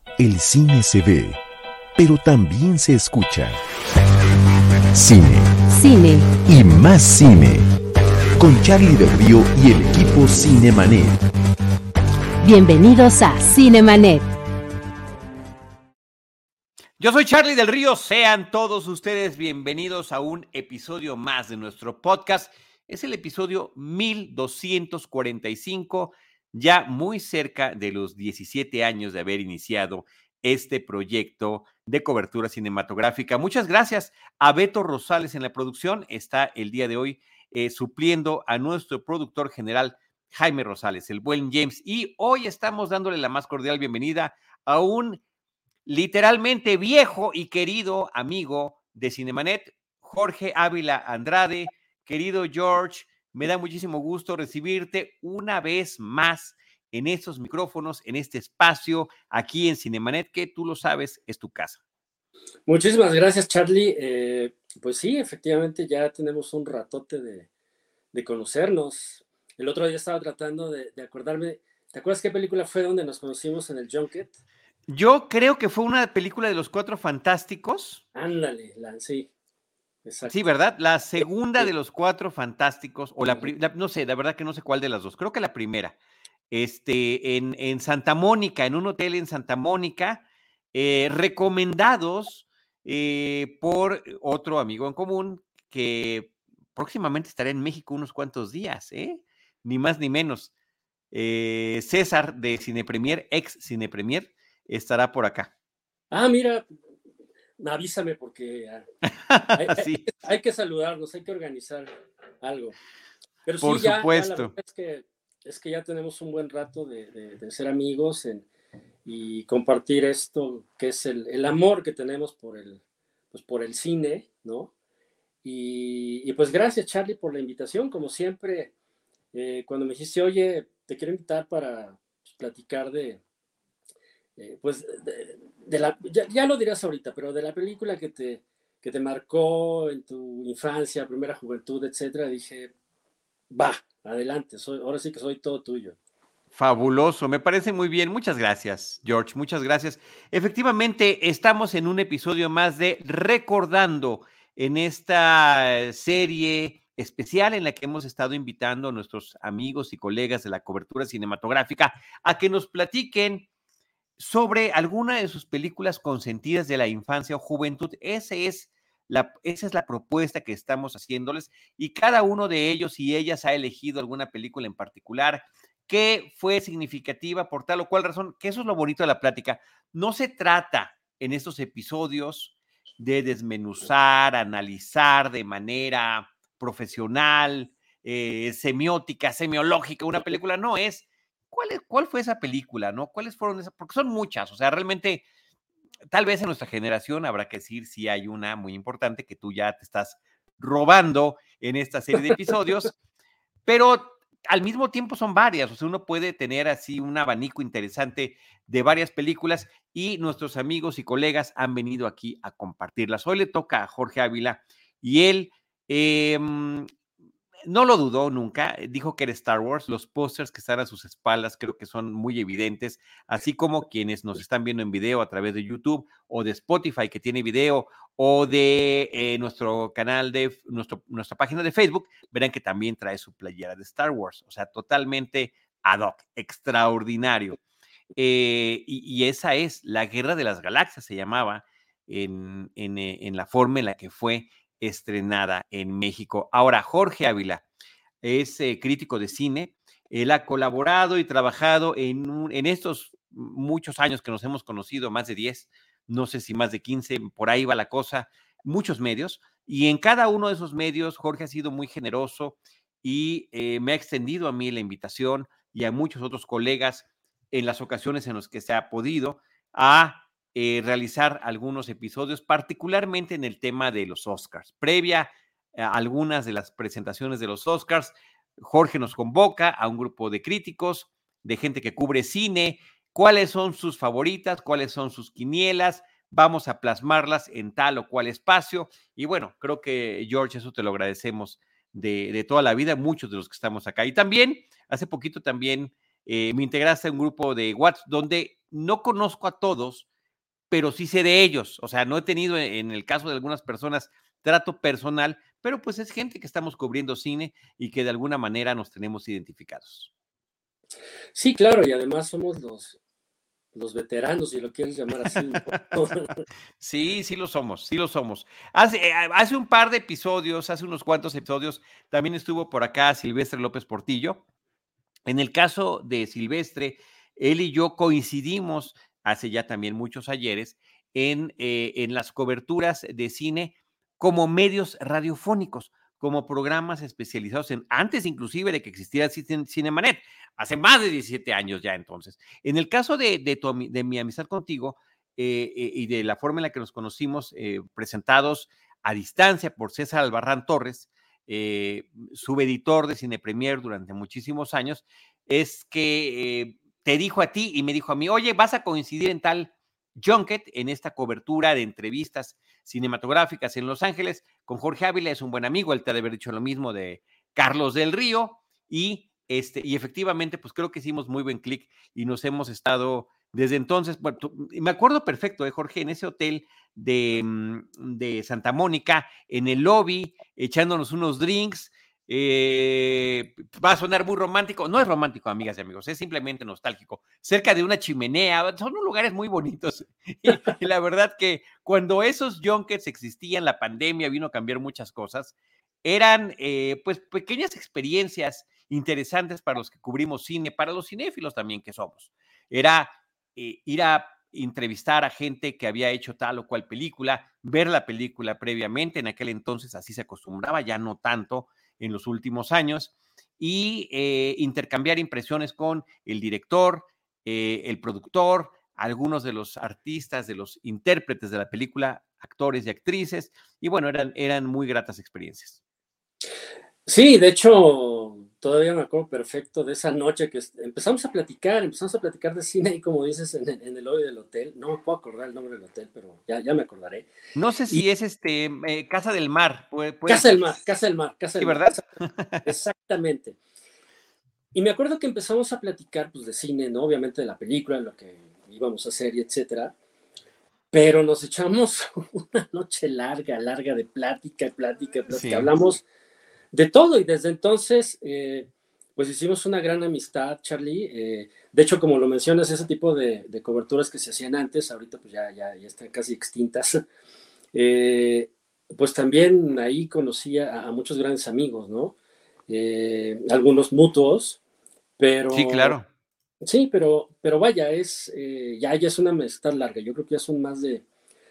El cine se ve, pero también se escucha. Cine. Cine. Y más cine. Con Charlie del Río y el equipo Cinemanet. Bienvenidos a Cinemanet. Yo soy Charlie del Río, sean todos ustedes bienvenidos a un episodio más de nuestro podcast. Es el episodio 1245, ya muy cerca de los 17 años de haber iniciado este proyecto de cobertura cinematográfica. Muchas gracias a Beto Rosales en la producción, está el día de hoy supliendo a nuestro productor general Jaime Rosales, el buen James, y hoy estamos dándole la más cordial bienvenida a un literalmente viejo y querido amigo de Cinemanet, Jorge Ávila Andrade. Querido George, me da muchísimo gusto recibirte una vez más en estos micrófonos, en este espacio, aquí en Cinemanet, que tú lo sabes, es tu casa. Muchísimas gracias, Charlie. Pues sí, efectivamente ya tenemos un ratote de conocernos. El otro día estaba tratando de acordarme. ¿Te acuerdas qué película fue donde nos conocimos en el Junket? Yo creo que fue una película de los Cuatro Fantásticos. Ándale, sí, exacto. Sí, ¿verdad? La segunda de los Cuatro Fantásticos, o no sé, la verdad que no sé cuál de las dos, creo que la primera, en Santa Mónica, en un hotel en Santa Mónica, recomendados por otro amigo en común que próximamente estará en México unos cuantos días, ni más ni menos. César de Cinepremier, ex Cinepremier, estará por acá. Ah, mira, avísame porque Sí. hay que saludarnos, hay que organizar algo. Pero Por sí, ya la supuesto. verdad es que ya tenemos un buen rato de ser amigos y compartir esto que es el amor que tenemos por el cine, ¿no? Y pues gracias, Charlie, por la invitación. Como siempre, cuando me dijiste, oye, te quiero invitar para platicar ya lo dirás ahorita, pero de la película que te marcó en tu infancia, primera juventud, etcétera, dije, va, adelante, ahora sí que soy todo tuyo. Fabuloso, me parece muy bien. Muchas gracias, George, muchas gracias. Efectivamente, estamos en un episodio más de Recordando, en esta serie especial en la que hemos estado invitando a nuestros amigos y colegas de la cobertura cinematográfica a que nos platiquen sobre alguna de sus películas consentidas de la infancia o juventud. Esa es la propuesta que estamos haciéndoles, y cada uno de ellos y ellas ha elegido alguna película en particular que fue significativa por tal o cual razón, que eso es lo bonito de la plática. No se trata en estos episodios de desmenuzar, analizar de manera profesional, semiótica, semiológica, una película. No, es ¿cuál fue esa película, no? ¿Cuáles fueron esas? Porque son muchas, o sea, realmente, tal vez en nuestra generación habrá que decir si hay una muy importante que tú ya te estás robando en esta serie de episodios, pero al mismo tiempo son varias, o sea, uno puede tener así un abanico interesante de varias películas, y nuestros amigos y colegas han venido aquí a compartirlas. Hoy le toca a Jorge Ávila y él no lo dudó nunca, dijo que era Star Wars. Los pósters que están a sus espaldas creo que son muy evidentes, así como quienes nos están viendo en video a través de YouTube o de Spotify, que tiene video, o de nuestro canal nuestra página de Facebook, verán que también trae su playera de Star Wars, o sea, totalmente ad hoc, extraordinario. Y esa es La Guerra de las Galaxias, se llamaba en la forma en la que fue estrenada en México. Ahora, Jorge Ávila es crítico de cine. Él ha colaborado y trabajado en estos muchos años que nos hemos conocido, más de 10, no sé si más de 15, por ahí va la cosa, muchos medios, y en cada uno de esos medios Jorge ha sido muy generoso y me ha extendido a mí la invitación y a muchos otros colegas en las ocasiones en las que se ha podido a realizar algunos episodios, particularmente en el tema de los Oscars. Previa a algunas de las presentaciones de los Oscars, Jorge nos convoca a un grupo de críticos, de gente que cubre cine, cuáles son sus favoritas, cuáles son sus quinielas, vamos a plasmarlas en tal o cual espacio, y bueno, creo que George, eso te lo agradecemos de toda la vida, muchos de los que estamos acá. Y también, hace poquito también me integraste a un grupo de WhatsApp donde no conozco a todos, pero sí sé de ellos. O sea, no he tenido en el caso de algunas personas trato personal, pero pues es gente que estamos cubriendo cine y que de alguna manera nos tenemos identificados. Sí, claro, y además somos los veteranos, si lo quieres llamar así. Sí, sí lo somos, sí lo somos. Hace un par de episodios, hace unos cuantos episodios, también estuvo por acá Silvestre López Portillo. En el caso de Silvestre, él y yo coincidimos hace ya también muchos ayeres en las coberturas de cine como medios radiofónicos, como programas especializados antes inclusive de que existiera Cinemanet, hace más de 17 años ya entonces. En el caso de mi amistad contigo y de la forma en la que nos conocimos, presentados a distancia por César Albarrán Torres, subeditor de Cine Premier durante muchísimos años, es que te dijo a ti y me dijo a mí, oye, vas a coincidir en tal junket, en esta cobertura de entrevistas cinematográficas en Los Ángeles con Jorge Ávila, es un buen amigo, él te ha de haber dicho lo mismo de Carlos del Río, y efectivamente, pues creo que hicimos muy buen clic y nos hemos estado desde entonces, bueno, me acuerdo perfecto, Jorge, en ese hotel de Santa Mónica, en el lobby, echándonos unos drinks. Va a sonar muy romántico, no es romántico, amigas y amigos, es simplemente nostálgico, cerca de una chimenea, son lugares muy bonitos, y la verdad que cuando esos junkets existían, la pandemia vino a cambiar muchas cosas, eran pues pequeñas experiencias interesantes para los que cubrimos cine, para los cinéfilos también que somos, era ir a entrevistar a gente que había hecho tal o cual película, ver la película previamente, en aquel entonces así se acostumbraba, ya no tanto en los últimos años, y intercambiar impresiones con el director, el productor, algunos de los artistas, de los intérpretes de la película, actores y actrices, y bueno, eran muy gratas experiencias. Sí, de hecho, todavía me acuerdo perfecto de esa noche que empezamos a platicar de cine y como dices, en el lobby del hotel. No me puedo acordar el nombre del hotel, pero ya me acordaré. No sé Y si es Casa del Mar, puede Casa del ser. Mar, Casa del Mar, Casa Sí, del Mar. ¿verdad? Exactamente. Y me acuerdo que empezamos a platicar pues, de cine, ¿no? Obviamente de la película, lo que íbamos a hacer y etcétera. Pero nos echamos una noche larga de plática. Sí. Hablamos de todo y desde entonces pues hicimos una gran amistad, Charlie. De hecho, como lo mencionas, ese tipo de coberturas que se hacían antes, ahorita pues ya están casi extintas. Pues también ahí conocí a muchos grandes amigos, ¿no? Algunos mutuos, pero... Sí, claro. Sí, pero vaya, ya es una amistad larga. Yo creo que ya son más de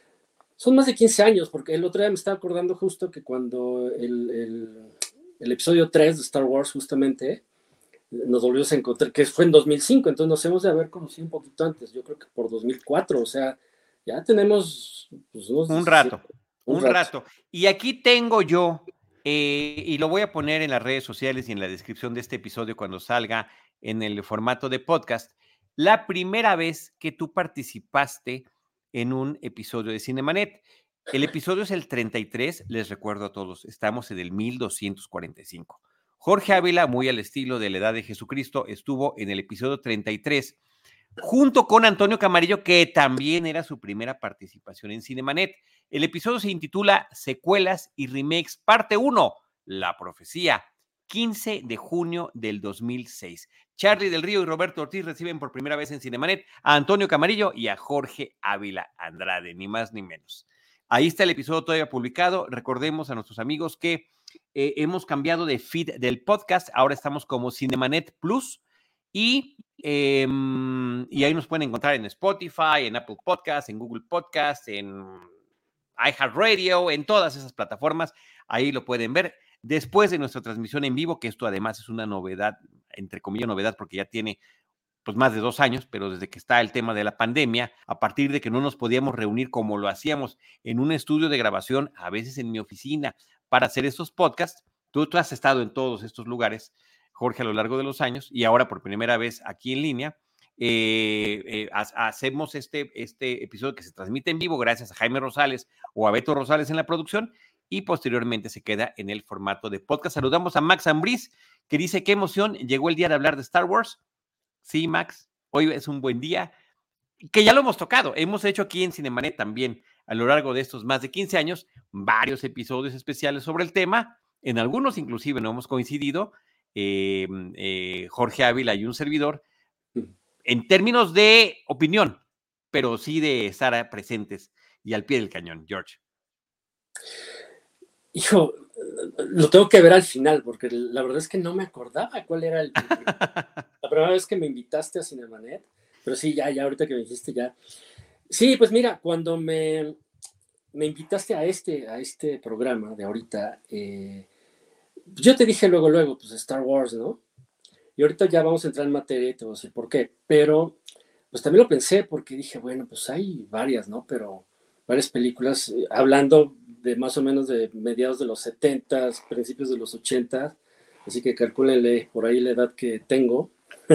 15 años, porque el otro día me estaba acordando justo que cuando el episodio 3 de Star Wars justamente nos volvimos a encontrar, que fue en 2005, entonces nos hemos de haber conocido un poquito antes, yo creo que por 2004, o sea, ya tenemos pues, un rato. Y aquí tengo yo, y lo voy a poner en las redes sociales y en la descripción de este episodio cuando salga en el formato de podcast, la primera vez que tú participaste en un episodio de Cinemanet. El episodio es el 33, les recuerdo a todos, estamos en el 1245. Jorge Ávila, muy al estilo de la edad de Jesucristo, estuvo en el episodio 33 junto con Antonio Camarillo, que también era su primera participación en Cinemanet. El episodio se intitula Secuelas y Remakes, parte 1, La Profecía, 15 de junio del 2006. Charlie del Río y Roberto Ortiz reciben por primera vez en Cinemanet a Antonio Camarillo y a Jorge Ávila Andrade, ni más ni menos. Ahí está el episodio todavía publicado. Recordemos a nuestros amigos que hemos cambiado de feed del podcast. Ahora estamos como Cinemanet Plus y ahí nos pueden encontrar en Spotify, en Apple Podcasts, en Google Podcasts, en iHeartRadio, en todas esas plataformas. Ahí lo pueden ver. Después de nuestra transmisión en vivo, que esto además es una novedad, entre comillas novedad, porque ya tiene pues más de 2 años, pero desde que está el tema de la pandemia, a partir de que no nos podíamos reunir como lo hacíamos en un estudio de grabación, a veces en mi oficina, para hacer estos podcasts. Tú has estado en todos estos lugares, Jorge, a lo largo de los años, y ahora por primera vez aquí en línea, hacemos este episodio que se transmite en vivo gracias a Jaime Rosales o a Beto Rosales en la producción, y posteriormente se queda en el formato de podcast. Saludamos a Max Ambriz, que dice, qué emoción, llegó el día de hablar de Star Wars. Sí, Max, hoy es un buen día. que ya lo hemos tocado. Hemos hecho aquí en Cinemanet también, a lo largo de estos más de 15 años, varios episodios especiales sobre el tema. En algunos inclusive no hemos coincidido, Jorge Ávila y un servidor, en términos de opinión, pero sí de estar presentes y al pie del cañón, George. Hijo, lo tengo que ver al final, porque la verdad es que no me acordaba cuál era la primera vez que me invitaste a Cinemanet, pero sí, ya ahorita que me dijiste ya. Sí, pues mira, cuando me invitaste a este programa de ahorita, yo te dije luego, pues Star Wars, ¿no? Y ahorita ya vamos a entrar en materia y te voy a decir por qué, pero pues también lo pensé porque dije, bueno, pues hay varias, ¿no? Pero varias películas, hablando de más o menos de mediados de los 70s, principios de los 80s, así que calcúlenle por ahí la edad que tengo.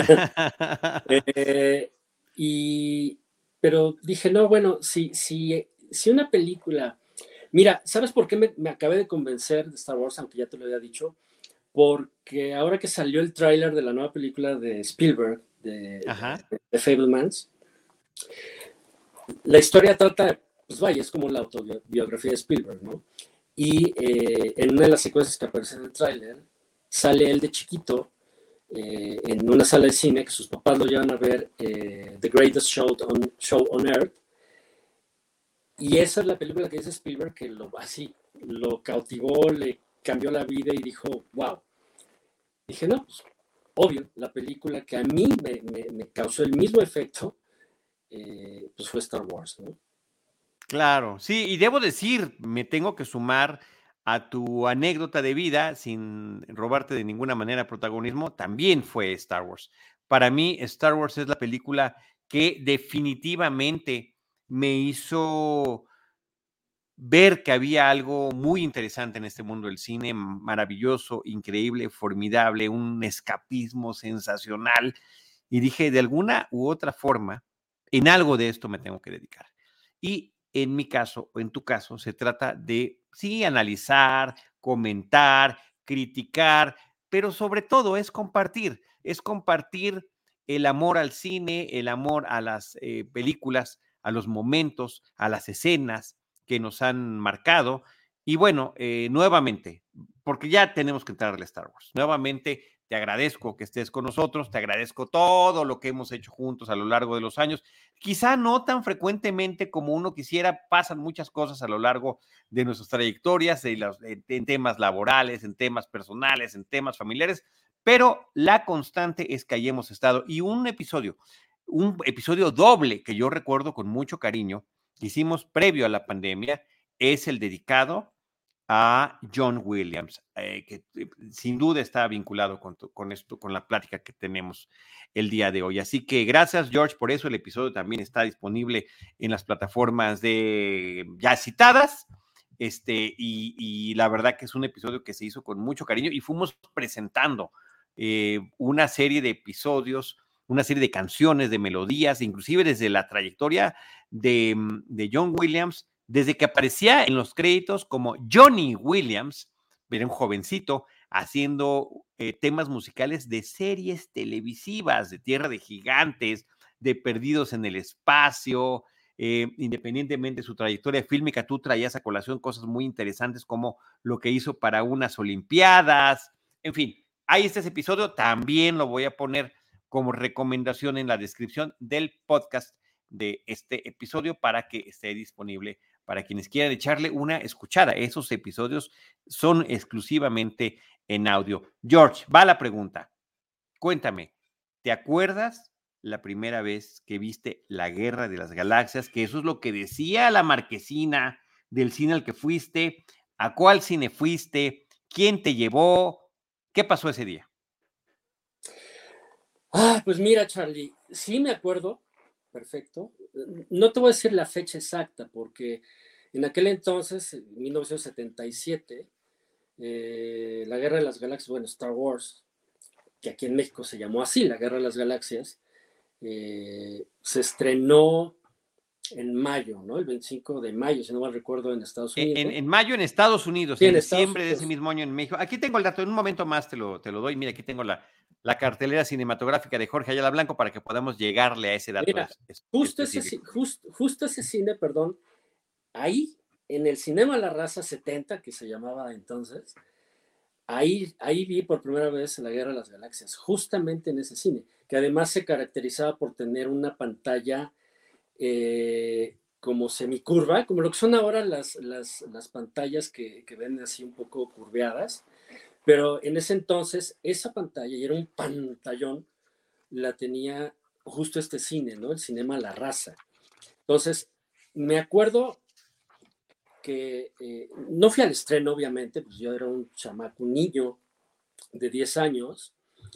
Pero dije, no, bueno, si una película... Mira, ¿sabes por qué me acabé de convencer de Star Wars, aunque ya te lo había dicho? Porque ahora que salió el tráiler de la nueva película de Spielberg, de Fabelmans, la historia trata, pues vaya, es como la autobiografía de Spielberg, ¿no? Y en una de las secuencias que aparece en el tráiler, sale él de chiquito en una sala de cine que sus papás lo llevan a ver The Greatest Show on Earth. Y esa es la película que dice Spielberg que lo cautivó, le cambió la vida y dijo, wow. Dije, no, pues, obvio, la película que a mí me causó el mismo efecto, pues fue Star Wars, ¿no? Claro, sí, y debo decir, me tengo que sumar a tu anécdota de vida, sin robarte de ninguna manera protagonismo, también fue Star Wars. Para mí, Star Wars es la película que definitivamente me hizo ver que había algo muy interesante en este mundo del cine, maravilloso, increíble, formidable, un escapismo sensacional. Y dije, de alguna u otra forma, en algo de esto me tengo que dedicar. Y en mi caso, o en tu caso, se trata de, sí, analizar, comentar, criticar, pero sobre todo es compartir el amor al cine, el amor a las películas, a los momentos, a las escenas que nos han marcado. Y bueno, nuevamente, porque ya tenemos que entrar al Star Wars, nuevamente te agradezco que estés con nosotros, te agradezco todo lo que hemos hecho juntos a lo largo de los años, quizá no tan frecuentemente como uno quisiera, pasan muchas cosas a lo largo de nuestras trayectorias, en temas laborales, en temas personales, en temas familiares, pero la constante es que ahí hemos estado. Y un episodio doble que yo recuerdo con mucho cariño, que hicimos previo a la pandemia, es el dedicado a John Williams, que sin duda está vinculado con la plática que tenemos el día de hoy. Así que gracias, George, por eso el episodio también está disponible en las plataformas de ya citadas. Y la verdad que es un episodio que se hizo con mucho cariño y fuimos presentando una serie de episodios, una serie de canciones, de melodías, inclusive desde la trayectoria de John Williams, desde que aparecía en los créditos como Johnny Williams, era un jovencito haciendo temas musicales de series televisivas, de Tierra de Gigantes, de Perdidos en el Espacio, independientemente de su trayectoria fílmica, tú traías a colación cosas muy interesantes como lo que hizo para unas Olimpiadas, en fin, ahí está ese episodio, también lo voy a poner como recomendación en la descripción del podcast de este episodio para que esté disponible para quienes quieran echarle una escuchada. Esos episodios son exclusivamente en audio. George, va la pregunta. Cuéntame, ¿te acuerdas la primera vez que viste La Guerra de las Galaxias? Que eso es lo que decía la marquesina del cine al que fuiste. ¿A cuál cine fuiste? ¿Quién te llevó? ¿Qué pasó ese día? Pues mira, Charlie, sí me acuerdo, perfecto. No te voy a decir la fecha exacta, porque en aquel entonces, en 1977, la Guerra de las Galaxias, bueno, Star Wars, que aquí en México se llamó así, la Guerra de las Galaxias, se estrenó en mayo, ¿no? El 25 de mayo, si no mal recuerdo, en Estados Unidos. En mayo en Estados Unidos, sí, en diciembre de ese mismo año en México. Aquí tengo el dato, en un momento más te lo doy. Mira, aquí tengo la cartelera cinematográfica de Jorge Ayala Blanco para que podamos llegarle a ese dato. Mira, justo ese cine, perdón, ahí, en el Cinema La Raza 70, que se llamaba entonces, ahí vi por primera vez La Guerra de las Galaxias, justamente en ese cine, que además se caracterizaba por tener una pantalla como semicurva, como lo que son ahora las pantallas que ven así un poco curveadas, pero en ese entonces esa pantalla, y era un pantallón, la tenía justo este cine, ¿no? El Cinema La Raza. Entonces, me acuerdo que no fui al estreno, obviamente, pues yo era un chamaco, un niño de 10 años.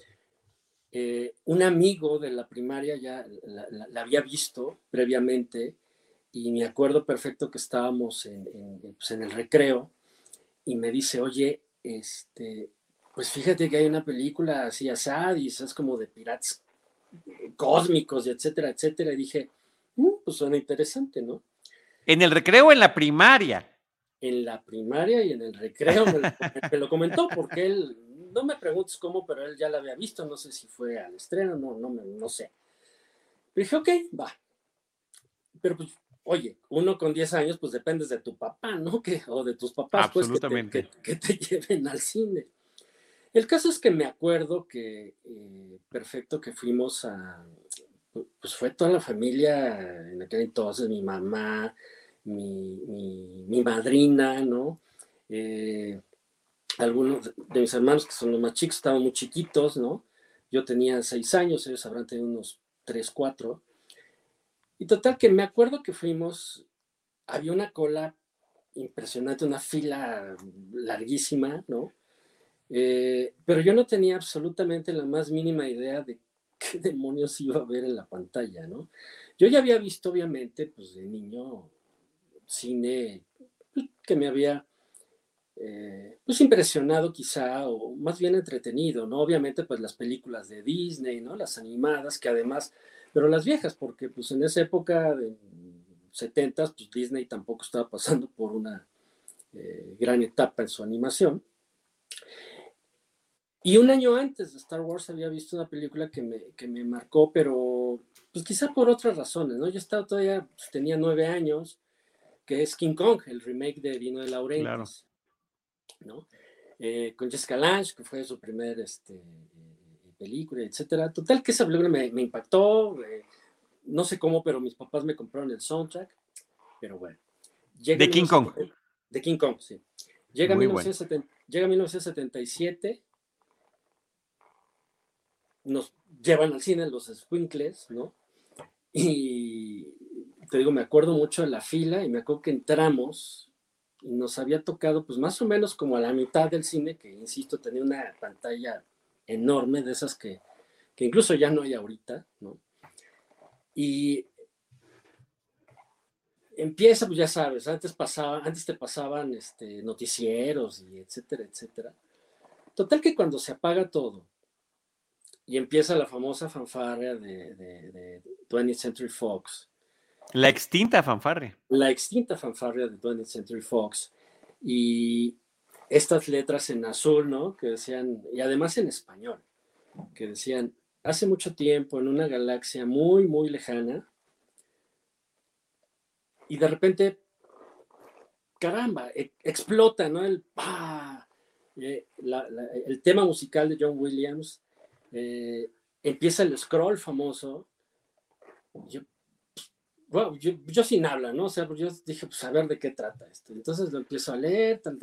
Un amigo de la primaria ya la había visto previamente y me acuerdo perfecto que estábamos pues en el recreo y me dice, oye, pues fíjate que hay una película así asad y es como de piratas cósmicos y etcétera, etcétera. Y dije, pues suena interesante, ¿no? ¿En el recreo o en la primaria? En la primaria y en el recreo me lo comentó porque él, no me preguntes cómo, pero él ya la había visto, no sé si fue al estreno, no sé. Pero dije, ok, va. Pero pues, oye, uno con 10 años, pues dependes de tu papá, ¿no? O de tus papás, pues, que te lleven al cine. El caso es que me acuerdo que, perfecto, que fuimos pues fue toda la familia en aquel entonces, mi mamá, mi madrina, ¿no? Algunos de mis hermanos que son los más chicos estaban muy chiquitos, ¿no? Yo tenía 6 años, ellos habrán tenido unos 3, 4. Y total que me acuerdo que fuimos, había una cola impresionante, una fila larguísima, ¿no? Pero yo no tenía absolutamente la más mínima idea de qué demonios iba a ver en la pantalla, ¿no? Yo ya había visto, obviamente, pues de niño, cine que me había pues impresionado quizá, o más bien entretenido, ¿no? Obviamente, pues las películas de Disney, ¿no? Las animadas, que además, pero las viejas, porque pues en esa época de 70s, pues Disney tampoco estaba pasando por una gran etapa en su animación. Y un año antes de Star Wars había visto una película que me marcó, pero pues quizá por otras razones, ¿no? Yo estaba todavía, pues, tenía 9 años, que es King Kong, el remake de Dino de Laurentiis, claro. ¿No? Con Jessica Lange, que fue su primer película, etcétera. Total que esa película me impactó, no sé cómo, pero mis papás me compraron el soundtrack, pero bueno. De King Kong. De King Kong, sí. Llega 1977, nos llevan al cine los Squinkles, ¿no? Y te digo, me acuerdo mucho de la fila y me acuerdo que entramos y nos había tocado pues más o menos como a la mitad del cine, que insisto, tenía una pantalla enorme de esas que incluso ya no hay ahorita, ¿no? Y empieza, pues ya sabes, antes te pasaban noticieros y etcétera, etcétera. Total que cuando se apaga todo y empieza la famosa fanfarria de 20th Century Fox. La extinta fanfarria. La extinta fanfarria de 20th Century Fox. Y estas letras en azul, ¿no? Que decían, y además en español, que decían, hace mucho tiempo, en una galaxia muy, muy lejana, y de repente, caramba, explota, ¿no? El tema musical de John Williams, empieza el scroll famoso. Yo sin habla, ¿no? O sea, yo dije, pues a ver de qué trata esto. Entonces lo empiezo a leer, tal.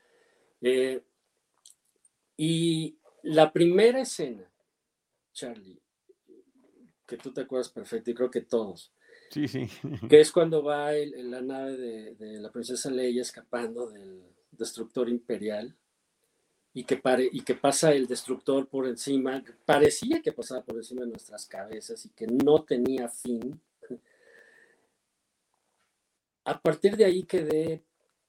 Y la primera escena, Charlie, que tú te acuerdas perfecto, y creo que todos. Sí. Que es cuando va la nave de la princesa Leia escapando del destructor imperial y que pasa el destructor por encima, parecía que pasaba por encima de nuestras cabezas y que no tenía fin. A partir de ahí quedé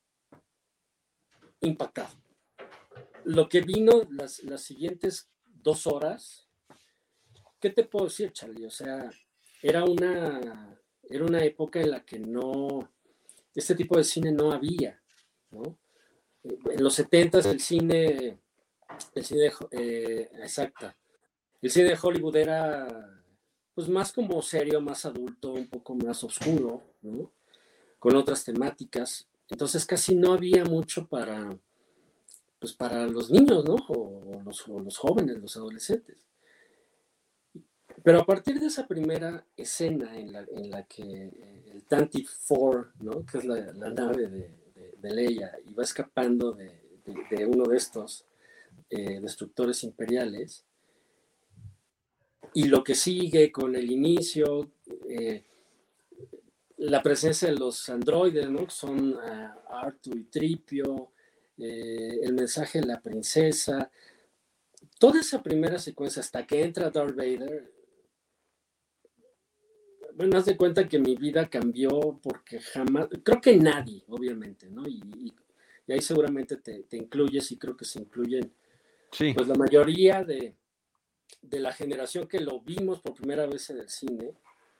impactado. Lo que vino las siguientes 2 horas, ¿qué te puedo decir, Charlie? O sea, era una época en la que este tipo de cine no había, ¿no? En los 70s el cine exacta. El cine de Hollywood era pues más como serio, más adulto, un poco más oscuro, ¿no? Con otras temáticas. Entonces casi no había mucho pues para los niños, ¿no? O los jóvenes, los adolescentes. Pero a partir de esa primera escena en la que el Tantive 4, ¿no? Que es la nave de Leia, y va escapando de uno de estos destructores imperiales, y lo que sigue con el inicio, la presencia de los androides, ¿no? Que son Artu y Tripio, el mensaje de la princesa, toda esa primera secuencia hasta que entra Darth Vader. Bueno, haz de cuenta que mi vida cambió porque jamás, creo que nadie, obviamente, ¿no? Y ahí seguramente te incluyes, y creo que se incluyen, Sí. pues la mayoría de la generación que lo vimos por primera vez en el cine,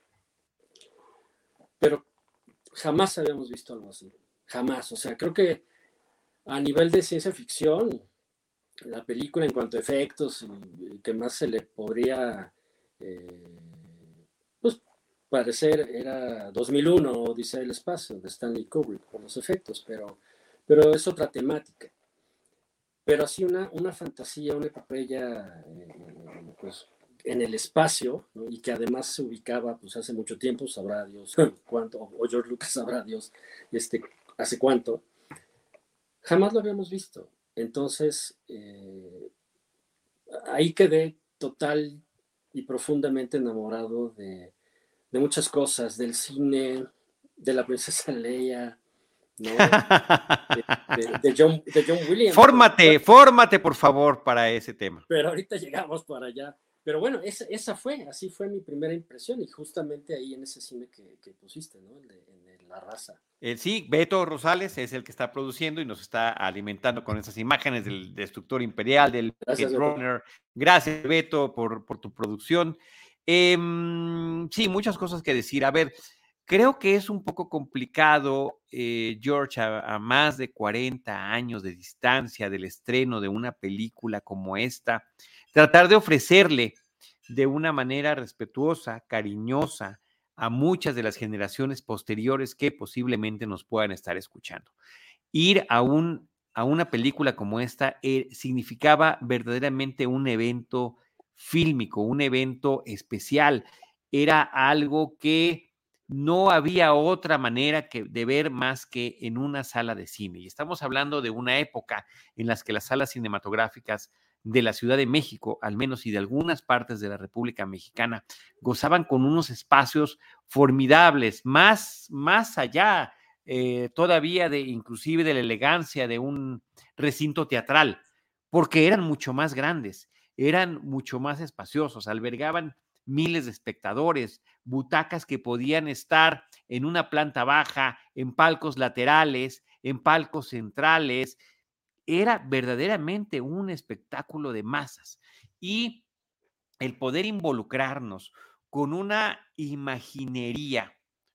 pero jamás habíamos visto algo así, jamás. O sea, creo que a nivel de ciencia ficción, la película en cuanto a efectos y que más se le podría pues parecer era 2001, Odisea del Espacio, de Stanley Kubrick, por los efectos, pero es otra temática. Pero así una fantasía, una epopeya pues, en el espacio, ¿no? Y que además se ubicaba pues hace mucho tiempo, sabrá Dios cuánto, o George Lucas sabrá Dios hace cuánto, jamás lo habíamos visto. Entonces, ahí quedé total y profundamente enamorado de muchas cosas, del cine, de la princesa Leia, ¿no? De John Williams. Fórmate, por favor, para ese tema. Pero ahorita llegamos para allá. Pero bueno, así fue mi primera impresión, y justamente ahí en ese cine que pusiste, ¿no? El de La Raza. Sí, Beto Rosales es el que está produciendo y nos está alimentando con esas imágenes del Destructor Imperial, del Blade Runner. Gracias, Beto, por tu producción. Sí, muchas cosas que decir. A ver, creo que es un poco complicado, George, a más de 40 años de distancia del estreno de una película como esta, tratar de ofrecerle de una manera respetuosa, cariñosa, a muchas de las generaciones posteriores que posiblemente nos puedan estar escuchando. Ir a una película como esta significaba verdaderamente un evento fílmico, un evento especial. Era algo que no había otra manera de ver más que en una sala de cine. Y estamos hablando de una época en las que las salas cinematográficas de la Ciudad de México, al menos, y de algunas partes de la República Mexicana, gozaban con unos espacios formidables, más allá todavía inclusive de la elegancia de un recinto teatral, porque eran mucho más grandes, eran mucho más espaciosos, albergaban miles de espectadores, butacas que podían estar en una planta baja, en palcos laterales, en palcos centrales. Era verdaderamente un espectáculo de masas, y el poder involucrarnos con una imaginería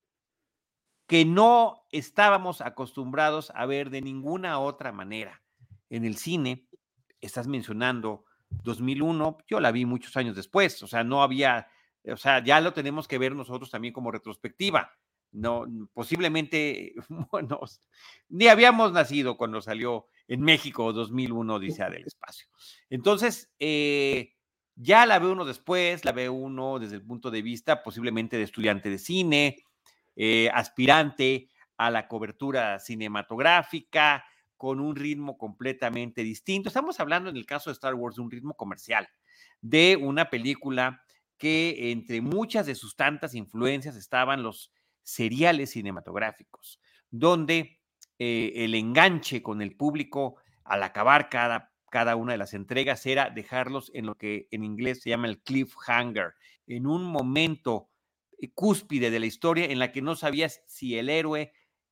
que no estábamos acostumbrados a ver de ninguna otra manera. En el cine, estás mencionando 2001, yo la vi muchos años después, o sea, no había, o sea, ya lo tenemos que ver nosotros también como retrospectiva. No, posiblemente, bueno, ni habíamos nacido cuando salió en México 2001, Odisea del Espacio. Entonces, ya la ve uno después, la ve uno desde el punto de vista posiblemente de estudiante de cine, aspirante a la cobertura cinematográfica, con un ritmo completamente distinto. Estamos hablando en el caso de Star Wars de un ritmo comercial, de una película que entre muchas de sus tantas influencias estaban los seriales cinematográficos, donde el enganche con el público al acabar cada una de las entregas era dejarlos en lo que en inglés se llama el cliffhanger, en un momento cúspide de la historia en la que no sabías si el héroe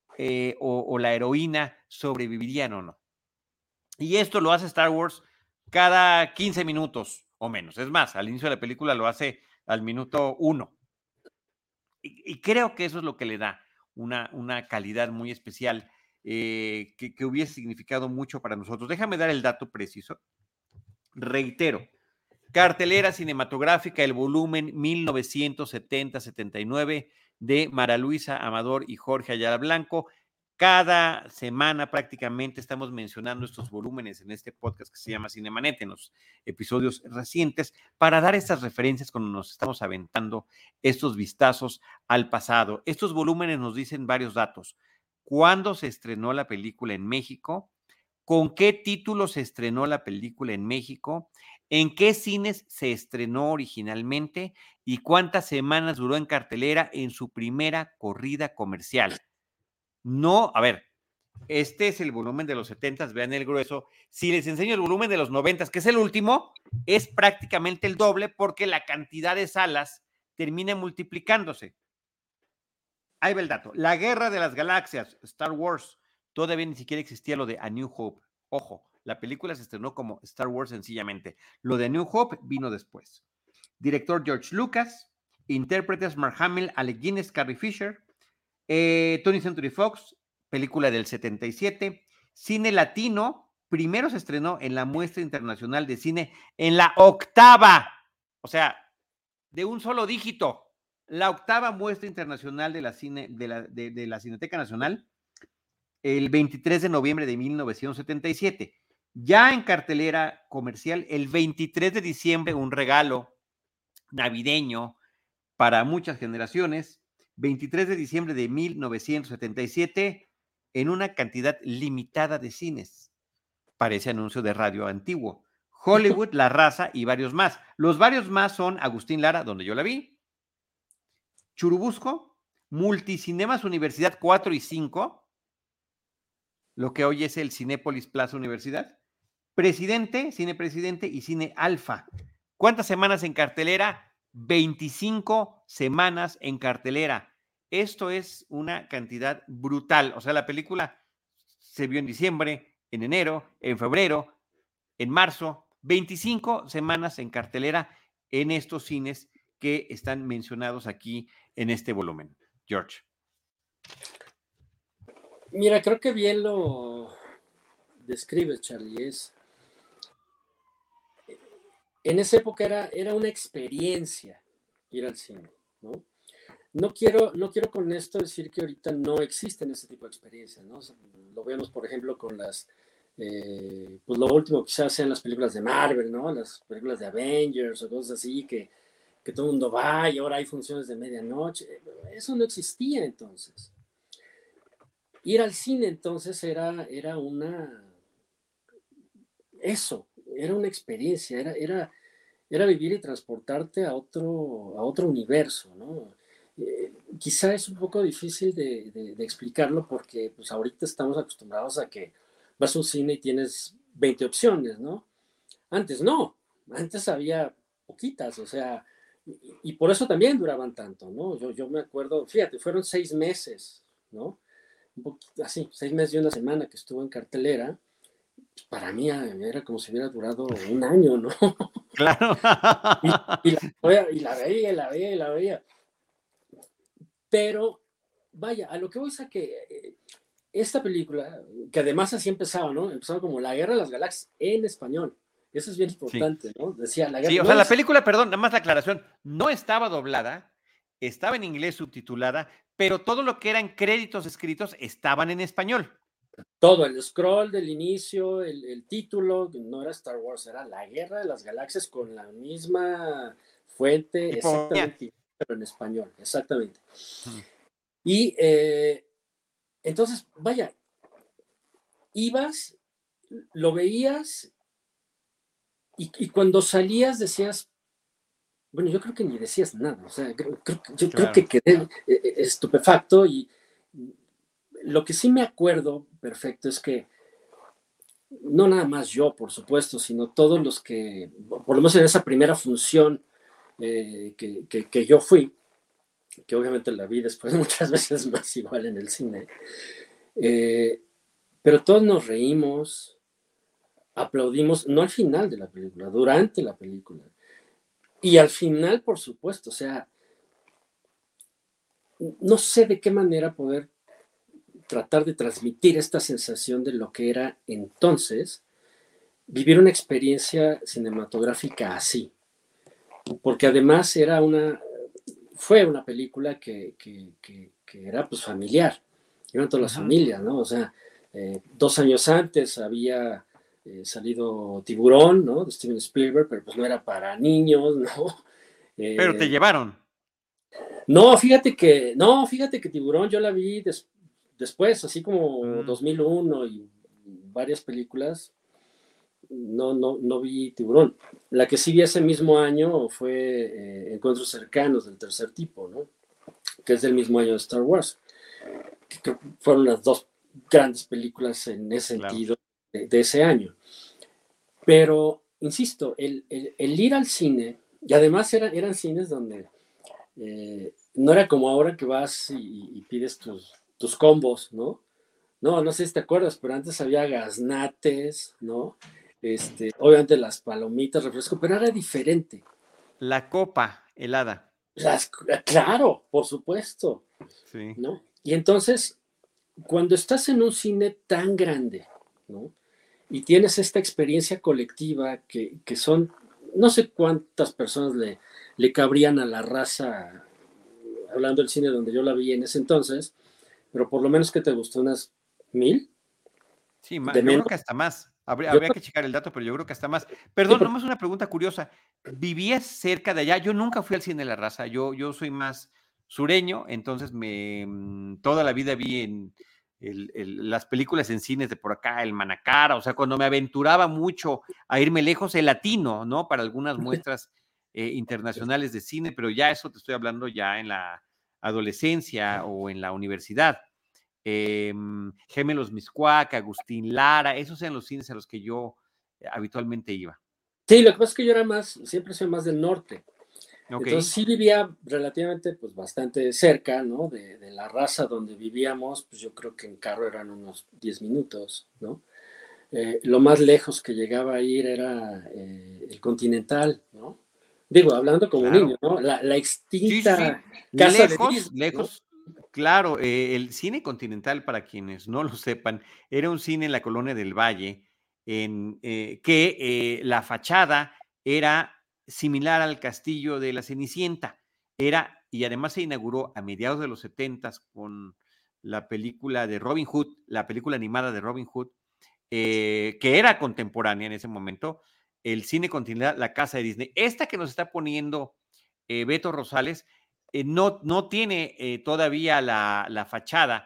o la heroína sobrevivirían o no. Y esto lo hace Star Wars cada 15 minutos o menos. Es más, al inicio de la película lo hace al minuto 1. Y creo que eso es lo que le da una calidad muy especial que hubiese significado mucho para nosotros. Déjame dar el dato preciso. Reitero, Cartelera cinematográfica, el volumen 1970-79 de Mara Luisa Amador y Jorge Ayala Blanco. Cada semana prácticamente estamos mencionando estos volúmenes en este podcast que se llama Cinemanet, en los episodios recientes, para dar estas referencias cuando nos estamos aventando estos vistazos al pasado. Estos volúmenes nos dicen varios datos. ¿Cuándo se estrenó la película en México? ¿Con qué título se estrenó la película en México? ¿En qué cines se estrenó originalmente? ¿Y cuántas semanas duró en cartelera en su primera corrida comercial? No, a ver, este es el volumen de los 70s, vean el grueso. Si les enseño el volumen de los 90s, que es el último, es prácticamente el doble porque la cantidad de salas termina multiplicándose. Ahí va el dato. La Guerra de las Galaxias, Star Wars, todavía ni siquiera existía lo de A New Hope. Ojo, la película se estrenó como Star Wars sencillamente. Lo de A New Hope vino después. Director George Lucas, intérpretes Mark Hamill, Alec Guinness, Carrie Fisher, 20th Century Fox, película del 77. Cine latino, primero se estrenó en la Muestra Internacional de Cine en la octava, o sea, de un solo dígito, la octava Muestra Internacional de la Cineteca Nacional, el 23 de noviembre de 1977. Ya en cartelera comercial, el 23 de diciembre, un regalo navideño para muchas generaciones, 23 de diciembre de 1977, en una cantidad limitada de cines. Parece anuncio de radio antiguo. Hollywood, La Raza y varios más. Los varios más son Agustín Lara, donde yo la vi, Churubusco, Multicinemas Universidad 4 y 5, lo que hoy es el Cinépolis Plaza Universidad, Presidente, Cine Presidente y Cine Alfa. ¿Cuántas semanas en cartelera? 25 semanas en cartelera. Esto es una cantidad brutal. O sea, la película se vio en diciembre, en enero, en febrero, en marzo. 25 semanas en cartelera en estos cines que están mencionados aquí en este volumen. George. Mira, creo que bien lo describes, Charlie. En esa época era una experiencia ir al cine, ¿no? No quiero con esto decir que ahorita no existen ese tipo de experiencias, ¿no? O sea, lo vemos, por ejemplo, con pues lo último quizás sean las películas de Marvel, ¿no? Las películas de Avengers o cosas así, que todo el mundo va y ahora hay funciones de medianoche. Eso no existía entonces. Ir al cine entonces era una experiencia, era vivir y transportarte a otro universo, ¿no? Quizá es un poco difícil de explicarlo porque pues ahorita estamos acostumbrados a que vas a un cine y tienes 20 opciones, ¿no? Antes no, antes había poquitas, o sea, y por eso también duraban tanto, ¿no? Yo me acuerdo, fíjate, fueron 6 meses, ¿no? Un poquito así, 6 meses y una semana que estuvo en cartelera. Para mí era como si hubiera durado un año, ¿no? Claro. y la veía. Pero, vaya, a lo que voy es a que esta película, que además así empezaba, ¿no? Empezaba como La Guerra de las Galaxias en español. Eso es bien importante, sí. ¿No? Decía La Guerra. Sí, o sea, la película, perdón, nada más la aclaración, no estaba doblada, estaba en inglés subtitulada, pero todo lo que eran créditos escritos estaban en español. Todo, el scroll del inicio, el título, no era Star Wars, era La Guerra de las Galaxias con la misma fuente, exactamente, pero en español, exactamente. Y entonces, vaya, ibas, lo veías y cuando salías decías, bueno, yo creo que ni decías nada, o sea, creo que quedé estupefacto y lo que sí me acuerdo perfecto es que no nada más yo, por supuesto, sino todos los que, por lo menos en esa primera función que yo fui, que obviamente la vi después muchas veces más igual en el cine, pero todos nos reímos, aplaudimos, no al final de la película, durante la película. Y al final, por supuesto, o sea, no sé de qué manera poder tratar de transmitir esta sensación de lo que era entonces vivir una experiencia cinematográfica así, porque además fue una película que era pues familiar, eran todas las familias, ¿no? O sea, 2 años antes había salido Tiburón, ¿no? De Steven Spielberg, pero pues no era para niños, ¿no? Pero te llevaron. No, fíjate que Tiburón yo la vi después, así como 2001 y varias películas. No vi Tiburón. La que sí vi ese mismo año fue Encuentros cercanos del tercer tipo, ¿no? Que es del mismo año de Star Wars. Que fueron las 2 grandes películas en ese sentido de ese año. Pero, insisto, el ir al cine, y además eran cines donde no era como ahora que vas y pides tus combos, ¿no? No sé si te acuerdas, pero antes había gaznates, ¿no? Obviamente las palomitas, refresco, pero era diferente. La copa helada. Claro, por supuesto, Sí. ¿no? Y entonces, cuando estás en un cine tan grande, ¿no? Y tienes esta experiencia colectiva que son, no sé cuántas personas le cabrían a la raza, hablando del cine donde yo la vi en ese entonces, pero por lo menos que te gustó unas 1000. Sí, De yo menos. creo que hasta más. Yo Habría que checar el dato, pero yo creo que hasta más. sí, Perdón, nomás una pregunta curiosa. ¿Vivías cerca de allá? Yo nunca fui al cine de la Raza. Yo soy más sureño, entonces toda la vida vi en las películas en cines de por acá, el Manacara, o sea, cuando me aventuraba mucho a irme lejos, el latino, ¿no? Para algunas muestras internacionales de cine, pero ya eso te estoy hablando ya en la adolescencia o en la universidad. Gemelos Miscuac, Agustín Lara, esos eran los cines a los que yo habitualmente iba. Sí, lo que pasa es que yo siempre soy más del norte. Okay. Entonces sí vivía relativamente, pues bastante cerca, ¿no? De la raza donde vivíamos, pues yo creo que en carro eran unos 10 minutos, ¿no? Lo más lejos que llegaba a ir era el Continental, ¿no? Digo, hablando como claro. niño, ¿no? La extinta sí. casa de Disney, lejos. ¿No? Claro, el cine Continental, para quienes no lo sepan, era un cine en la Colonia del Valle, que la fachada era similar al castillo de la Cenicienta. Y además se inauguró a mediados de los 70 con la película de Robin Hood, la película animada de Robin Hood, que era contemporánea en ese momento, el cine Continental, la casa de Disney. Esta que nos está poniendo Beto Rosales no tiene todavía la fachada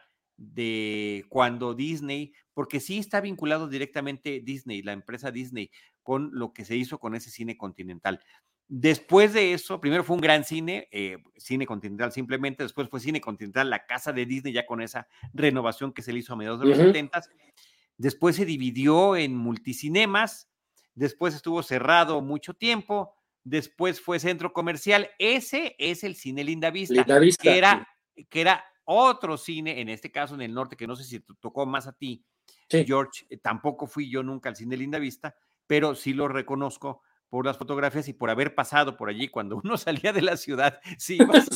de cuando Disney, porque sí está vinculado directamente Disney, la empresa Disney, con lo que se hizo con ese cine Continental. Después de eso, primero fue un gran cine, cine Continental simplemente, después fue cine Continental, la casa de Disney, ya con esa renovación que se le hizo a mediados de los 70s. Después se dividió en multicinemas, después estuvo cerrado mucho tiempo, después fue centro comercial. Ese es el cine Lindavista, que era otro cine, en este caso en el norte, que no sé si te tocó más a ti, sí. George, tampoco fui yo nunca al cine Lindavista, pero sí lo reconozco por las fotografías y por haber pasado por allí cuando uno salía de la ciudad, si ibas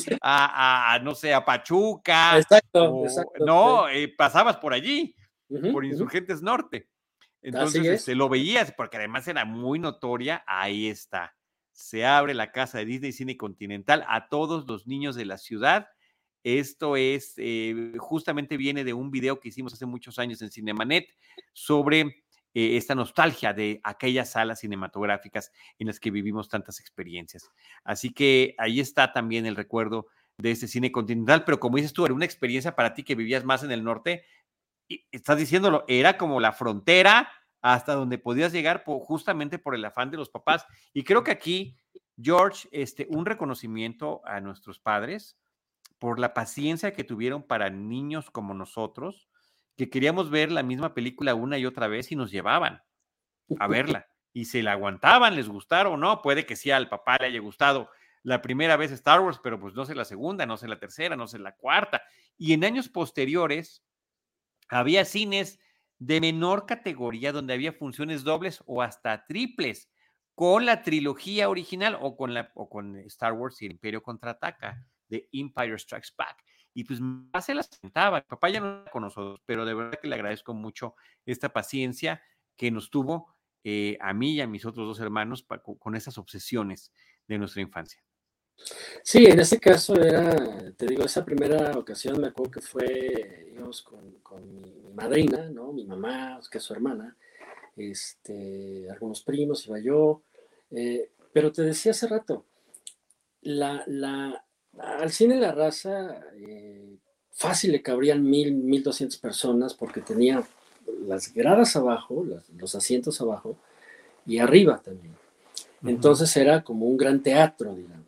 no sé, a Pachuca, exacto, no, pasabas por allí, por Insurgentes Norte. Entonces, lo veías, porque además era muy notoria, ahí está. Se abre la casa de Disney Cine Continental a todos los niños de la ciudad. Esto es, justamente viene de un video que hicimos hace muchos años en Cinemanet sobre esta nostalgia de aquellas salas cinematográficas en las que vivimos tantas experiencias. Así que ahí está también el recuerdo de este cine continental, pero como dices tú, era una experiencia para ti que vivías más en el norte, y estás diciéndolo, era como la frontera hasta donde podías llegar justamente por el afán de los papás. Y creo que aquí, George, un reconocimiento a nuestros padres por la paciencia que tuvieron para niños como nosotros, que queríamos ver la misma película una y otra vez y nos llevaban a verla. Y se la aguantaban, les gustara o no, puede que sí al papá le haya gustado la primera vez Star Wars, pero pues no sé la segunda, no sé la tercera, no sé la cuarta. Y en años posteriores, había cines de menor categoría donde había funciones dobles o hasta triples con la trilogía original o con Star Wars y el Imperio Contraataca de Empire Strikes Back. Y pues más se las sentaba. Mi papá ya no está con nosotros, pero de verdad que le agradezco mucho esta paciencia que nos tuvo a mí y a mis otros 2 hermanos con esas obsesiones de nuestra infancia. Sí, en este caso era, te digo, esa primera ocasión me acuerdo que íbamos con mi madrina, ¿no? Mi mamá, que es su hermana, algunos primos, iba yo, pero te decía hace rato, al cine La Raza fácil le cabrían 1,200 personas porque tenía las gradas abajo, los asientos abajo y arriba también. Entonces era como un gran teatro, digamos.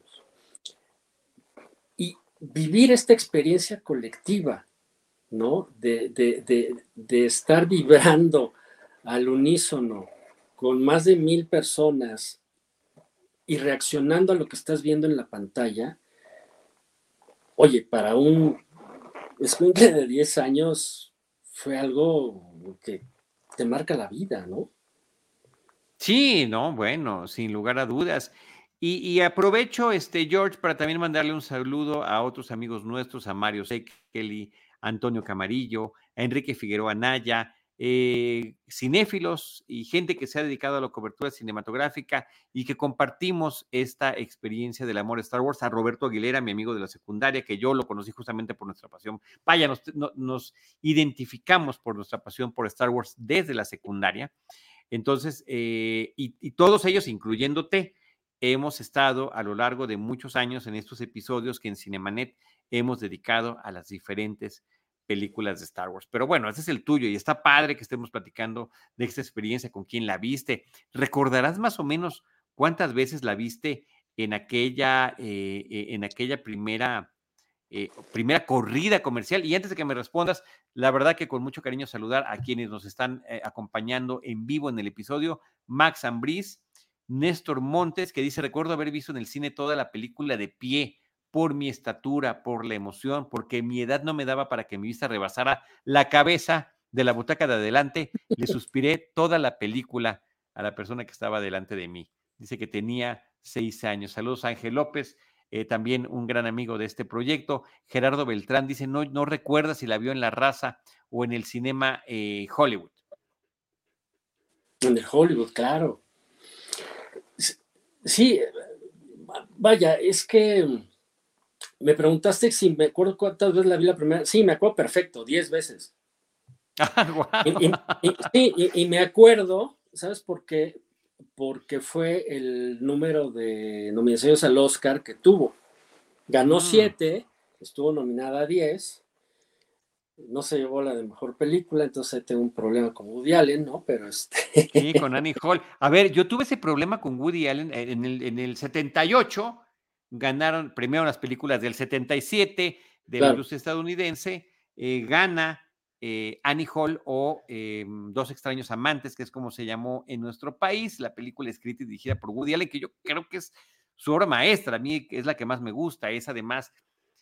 Y vivir esta experiencia colectiva, ¿no? De estar vibrando al unísono con más de 1,000 personas y reaccionando a lo que estás viendo en la pantalla, oye, para un escuincle de 10 años fue algo que te marca la vida, ¿no? Sí, no, bueno, sin lugar a dudas. Y aprovecho, George, para también mandarle un saludo a otros amigos nuestros, a Mario Sekeli, Antonio Camarillo, a Enrique Figueroa Naya, cinéfilos y gente que se ha dedicado a la cobertura cinematográfica y que compartimos esta experiencia del amor a Star Wars, a Roberto Aguilera, mi amigo de la secundaria, que yo lo conocí justamente por nuestra pasión. Vaya, nos identificamos por nuestra pasión por Star Wars desde la secundaria. Entonces, y todos ellos, incluyéndote, hemos estado a lo largo de muchos años en estos episodios que en Cinemanet hemos dedicado a las diferentes películas de Star Wars. Pero bueno, ese es el tuyo y está padre que estemos platicando de esta experiencia, con quién la viste. ¿Recordarás más o menos cuántas veces la viste en aquella primera corrida comercial? Y antes de que me respondas, la verdad que con mucho cariño saludar a quienes nos están acompañando en vivo en el episodio: Max Ambriz, Néstor Montes, que dice: recuerdo haber visto en el cine toda la película de pie, por mi estatura, por la emoción, porque mi edad no me daba para que mi vista rebasara la cabeza de la butaca de adelante. Le suspiré toda la película a la persona que estaba delante de mí. Dice que tenía 6 años. Saludos a Ángel López, también un gran amigo de este proyecto. Gerardo Beltrán dice: no recuerda si la vio en La Raza o en el cinema Hollywood. En el Hollywood, claro. Sí, vaya, es que me preguntaste si me acuerdo cuántas veces la vi la primera. Sí, me acuerdo perfecto, 10 veces. Wow. Y me acuerdo, ¿sabes por qué? Porque fue el número de nominaciones al Oscar que tuvo. Ganó 7, estuvo nominada a 10, no se llevó la de mejor película, entonces tengo un problema con Woody Allen, ¿no? Pero Sí, con Annie Hall. A ver, yo tuve ese problema con Woody Allen en el 78, premiaron las películas del 77 de la claro. industria estadounidense, gana Annie Hall o Dos extraños amantes, que es como se llamó en nuestro país, la película escrita y dirigida por Woody Allen, que yo creo que es su obra maestra, a mí es la que más me gusta, es además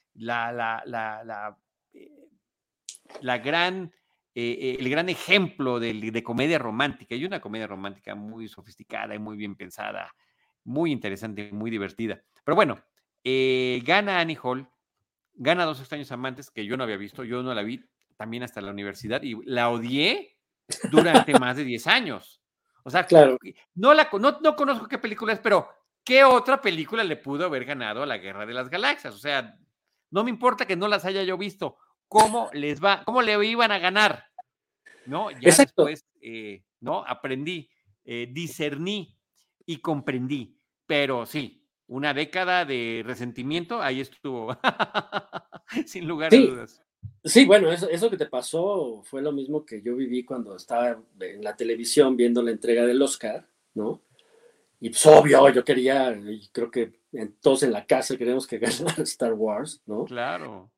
el gran ejemplo de comedia romántica, y una comedia romántica muy sofisticada y muy bien pensada, muy interesante, muy divertida. Pero bueno, gana Annie Hall, gana Dos extraños amantes, que yo no había visto, yo no la vi también hasta la universidad, y la odié durante más de 10 años. O sea, claro. no conozco qué película es, pero ¿qué otra película le pudo haber ganado a la Guerra de las Galaxias? O sea, no me importa que no las haya yo visto. ¿Cómo le iban a ganar? ¿No? Ya Exacto. después, ¿no? Aprendí, discerní y comprendí. Pero sí, una década de resentimiento, ahí estuvo. Sin lugar a Sí, dudas. sí, bueno, eso que te pasó fue lo mismo que yo viví cuando estaba en la televisión viendo la entrega del Oscar, ¿no? Y pues obvio, yo quería, y creo que todos en la casa queríamos que ganara Star Wars, ¿no? Claro.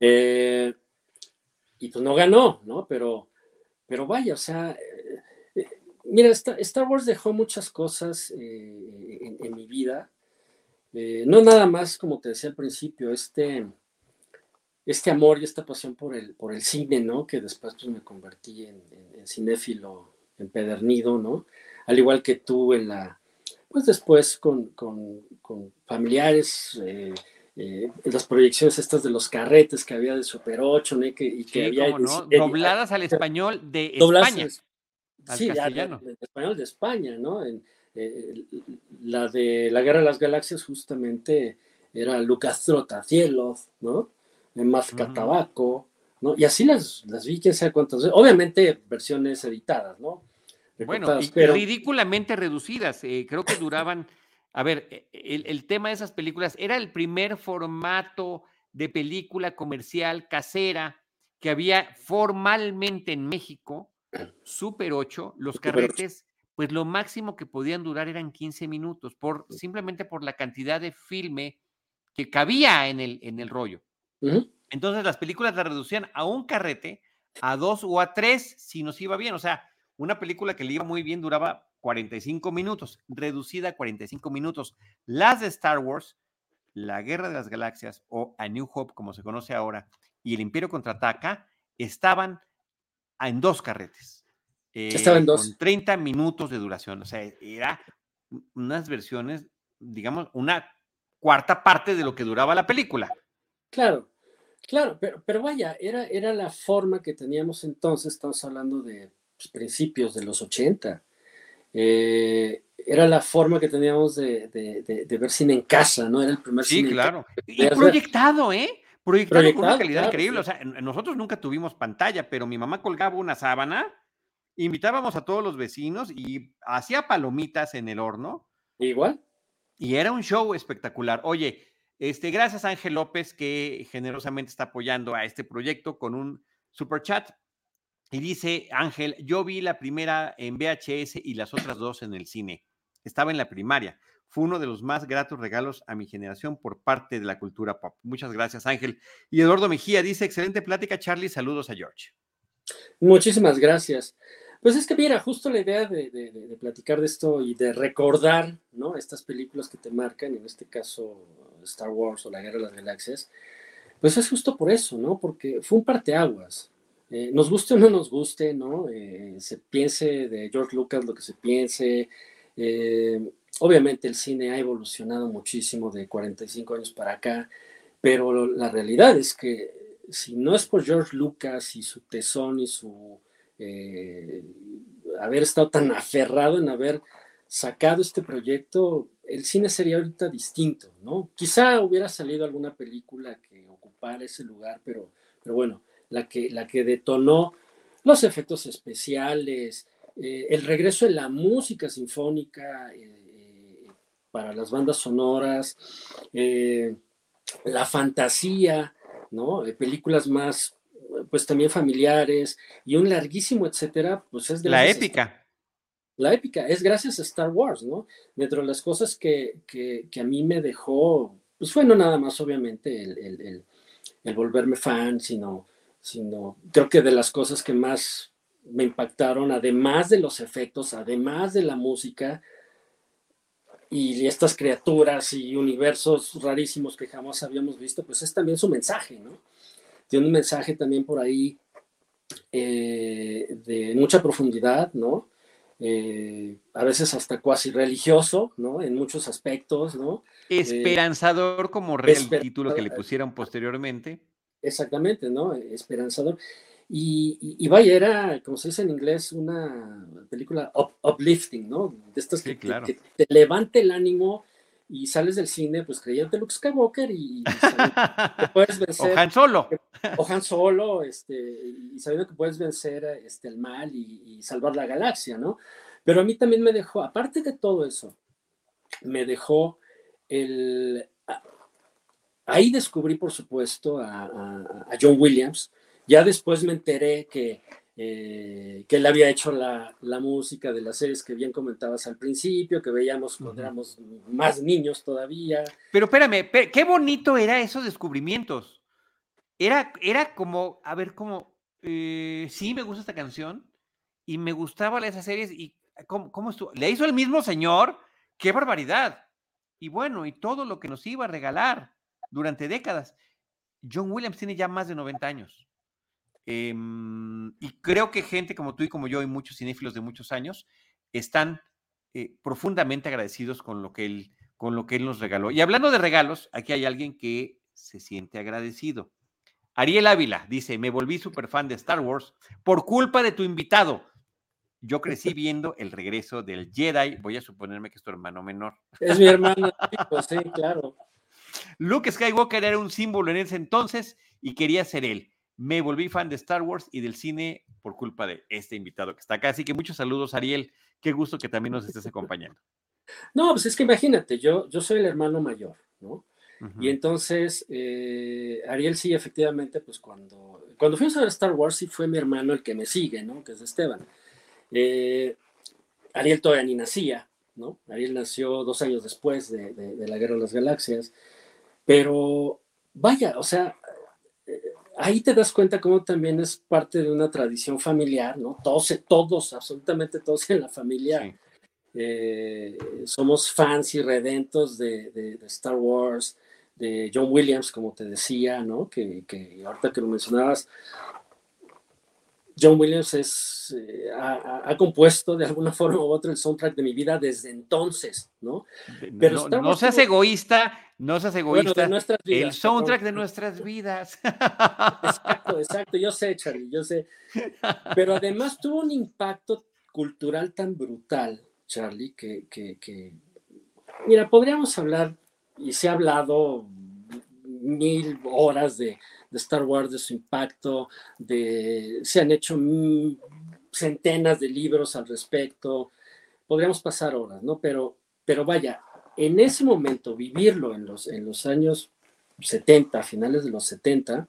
Y pues no ganó, ¿no? Pero vaya, o sea, mira, Star Wars dejó muchas cosas en mi vida. No nada más, como te decía al principio, este amor y esta pasión por el cine, ¿no? Que después pues, me convertí en cinéfilo empedernido, ¿no? Al igual que tú pues después con familiares, las proyecciones estas de los carretes que había de Super 8, ¿no? Y que Sí, había cómo no, dobladas al español de dobladas España, al sí, ya castellano. español de España, ¿no? La de la Guerra de las Galaxias justamente era Lucas Trotacielos, ¿no? Masca Tabaco, ¿no? Y así las vi quién sabe cuántas veces. Obviamente versiones editadas, ¿no? Bueno, Recortadas, y pero... ridículamente reducidas. Creo que duraban, a ver, el tema de esas películas era el primer formato de película comercial casera que había formalmente en México, Super 8, los carretes, pues lo máximo que podían durar eran 15 minutos, simplemente por la cantidad de filme que cabía en el rollo. Entonces las películas las reducían a un carrete, a 2 o a 3 si nos iba bien. O sea, una película que le iba muy bien duraba 45 minutos, reducida a 45 minutos. Las de Star Wars, La Guerra de las Galaxias o A New Hope, como se conoce ahora, y El Imperio Contraataca, estaban en 2 carretes, Estaban con 2. 30 minutos de duración. O sea, era unas versiones, digamos, una cuarta parte de lo que duraba la película. Claro, claro, pero vaya, era la forma que teníamos entonces, estamos hablando de pues, principios de los 80. Era la forma que teníamos de ver cine en casa, ¿no? Era el primer Sí, cine en casa claro. que Y podías ver. proyectado, ¿eh? Proyectado con una Proyectado, calidad claro, increíble. O sí. sea, nosotros nunca tuvimos pantalla, pero mi mamá colgaba una sábana, invitábamos a todos los vecinos y hacía palomitas en el horno Igual. y era un show espectacular. Oye, gracias a Ángel López que generosamente está apoyando a este proyecto con un super chat. Y dice Ángel, yo vi la primera en VHS y las otras 2 en el cine. Estaba en la primaria. Fue uno de los más gratos regalos a mi generación por parte de la cultura pop. Muchas gracias, Ángel. Y Eduardo Mejía dice, excelente plática, Charlie. Saludos a George. Muchísimas gracias. Pues es que mira, justo la idea de platicar de esto y de recordar, ¿no? Estas películas que te marcan, en este caso Star Wars o La Guerra de las Galaxias, pues es justo por eso, ¿no? Porque fue un parteaguas. Nos guste o no nos guste, ¿no? Se piense de George Lucas lo que se piense. Obviamente el cine ha evolucionado muchísimo de 45 años para acá, pero la realidad es que si no es por George Lucas y su tesón y su haber estado tan aferrado en haber sacado este proyecto, el cine sería ahorita distinto, ¿no? Quizá hubiera salido alguna película que ocupara ese lugar, pero bueno, la que detonó los efectos especiales, el regreso de la música sinfónica para las bandas sonoras, la fantasía, ¿no? Películas más, pues también familiares y un larguísimo etcétera, pues es La gracias épica. la épica, es gracias a Star Wars, ¿no? Dentro de las cosas que a mí me dejó, pues fue no nada más obviamente el volverme fan, sino creo que de las cosas que más me impactaron, además de los efectos, además de la música, y estas criaturas y universos rarísimos que jamás habíamos visto, pues es también su mensaje, ¿no? Tiene un mensaje también por ahí de mucha profundidad, ¿no? A veces hasta cuasi religioso, ¿no? En muchos aspectos, ¿no? Esperanzador, como el título que le pusieron posteriormente. Exactamente, ¿no? Esperanzador. Y vaya, era, como se dice en inglés, una película uplifting, ¿no? De estas Sí, que, claro. que te levante el ánimo y sales del cine, pues creyéndote Luke Skywalker y sabiendo que puedes vencer. O Han Solo. O Han Solo, y sabiendo que puedes vencer el mal y salvar la galaxia, ¿no? Pero a mí también me dejó, aparte de todo eso, me dejó ahí descubrí, por supuesto, a John Williams. Ya después me enteré que él había hecho la música de las series que bien comentabas al principio, que veíamos cuando éramos más niños todavía. Pero espérame, qué bonito era esos descubrimientos. Era como, a ver, como, sí me gusta esta canción y me gustaba esas series y ¿cómo estuvo? Le hizo el mismo señor, qué barbaridad. Y bueno, y todo lo que nos iba a regalar durante décadas. John Williams tiene ya más de 90 años. Y creo que gente como tú y como yo y muchos cinéfilos de muchos años están profundamente agradecidos con lo que él nos regaló. Y hablando de regalos, aquí hay alguien que se siente agradecido. Ariel Ávila dice, me volví súper fan de Star Wars por culpa de tu invitado. yo crecí viendo El regreso del Jedi. Voy a suponerme que es tu hermano menor. Es mi hermano, pues sí, claro. Luke Skywalker era un símbolo en ese entonces y quería ser él. Me volví fan de Star Wars y del cine por culpa de este invitado que está acá. Así que muchos saludos, Ariel. Qué gusto que también nos estés acompañando. No, pues es que imagínate, yo soy el hermano mayor, ¿no? Y Ujú. entonces, Ariel sí, efectivamente, pues cuando fuimos a ver Star Wars, sí fue mi hermano el que me sigue, ¿no? Que es Esteban. Ariel todavía ni nacía, ¿no? Ariel nació 2 años después de la Guerra de las Galaxias, pero vaya, o sea, ahí te das cuenta cómo también es parte de una tradición familiar, ¿no? Todos, absolutamente todos en la familia Sí. somos fans y redentos de Star Wars, de John Williams, como te decía, ¿no? Que ahorita que lo mencionabas, John Williams ha compuesto de alguna forma u otra el soundtrack de mi vida desde entonces, ¿no? Pero No, Star no Wars seas tuvo, egoísta, no seas bueno, de egoísta. nuestras El vidas, perdón. soundtrack de nuestras vidas. Exacto, yo sé, Charlie, yo sé. Pero además tuvo un impacto cultural tan brutal, Charlie, que mira, podríamos hablar, y se ha hablado 1000 horas de Star Wars, de su impacto, se han hecho centenas de libros al respecto, podríamos pasar horas, ¿no? Pero vaya, en ese momento, vivirlo en los años 70, finales de los 70,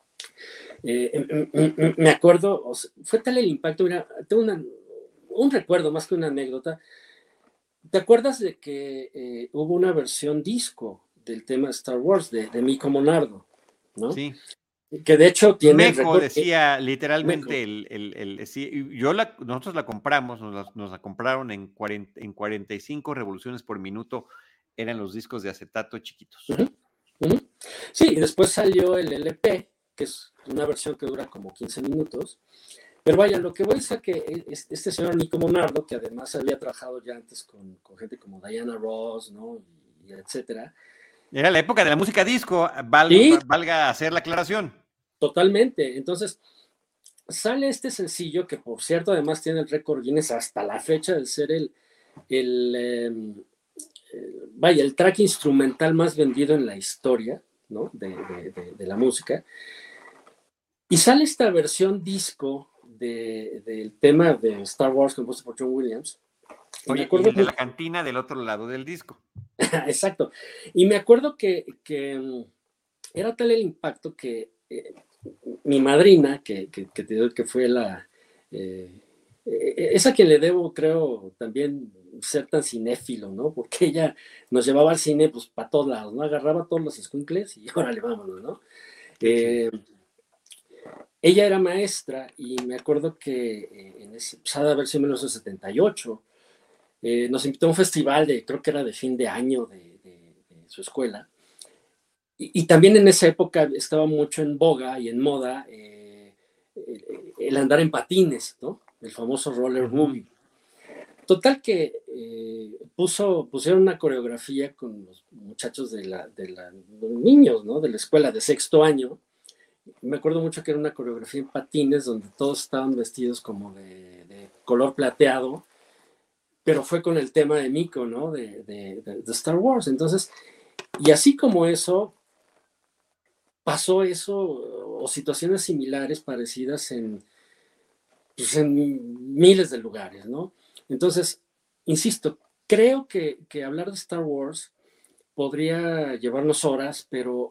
me acuerdo, o sea, fue tal el impacto, mira, tengo un recuerdo más que una anécdota. ¿Te acuerdas de que hubo una versión disco del tema de Star Wars de Mico Monardo, ¿no? Sí. Que de hecho tiene el Meco récord. decía Meco. literalmente sí, nosotros la compramos, nos la compraron en 45 revoluciones por minuto, eran los discos de acetato chiquitos. Uh-huh, uh-huh. Sí, y después salió el LP, que es una versión que dura como 15 minutos. Pero vaya, lo que voy es a que este señor Nico Monardo, que además había trabajado ya antes con gente como Diana Ross, ¿no? Y etcétera. Era la época de la música disco, Sí, valga hacer la aclaración. totalmente. Entonces, sale este sencillo, que por cierto además tiene el récord Guinness hasta la fecha de ser el vaya, el track instrumental más vendido en la historia, ¿no? De la música. Y sale esta versión disco del tema de Star Wars compuesto por John Williams. Y me Oye, y acuerdo el de mucho, la cantina del otro lado del disco. exacto, y me acuerdo que era tal el impacto que mi madrina, que fue es a quien le debo, creo, también ser tan cinéfilo, ¿no? Porque ella nos llevaba al cine, pues, para todos lados, ¿no? Agarraba todos los escuincles y órale, vámonos, ¿no? Qué chido. Ella era maestra y me acuerdo que pues, ha de haber sido en 1978, nos invitó a un festival creo que era de fin de año de su escuela. Y también en esa época estaba mucho en boga y en moda el andar en patines, ¿no? El famoso roller boogie. Total que pusieron una coreografía con los muchachos los niños, ¿no? De la escuela de sexto año. Me acuerdo mucho que era una coreografía en patines donde todos estaban vestidos como de color plateado, pero fue con el tema de Nico, ¿no? De Star Wars. Entonces, y así como eso, pasó eso o situaciones similares, parecidas pues en miles de lugares, ¿no? Entonces, insisto, creo que hablar de Star Wars podría llevarnos horas, pero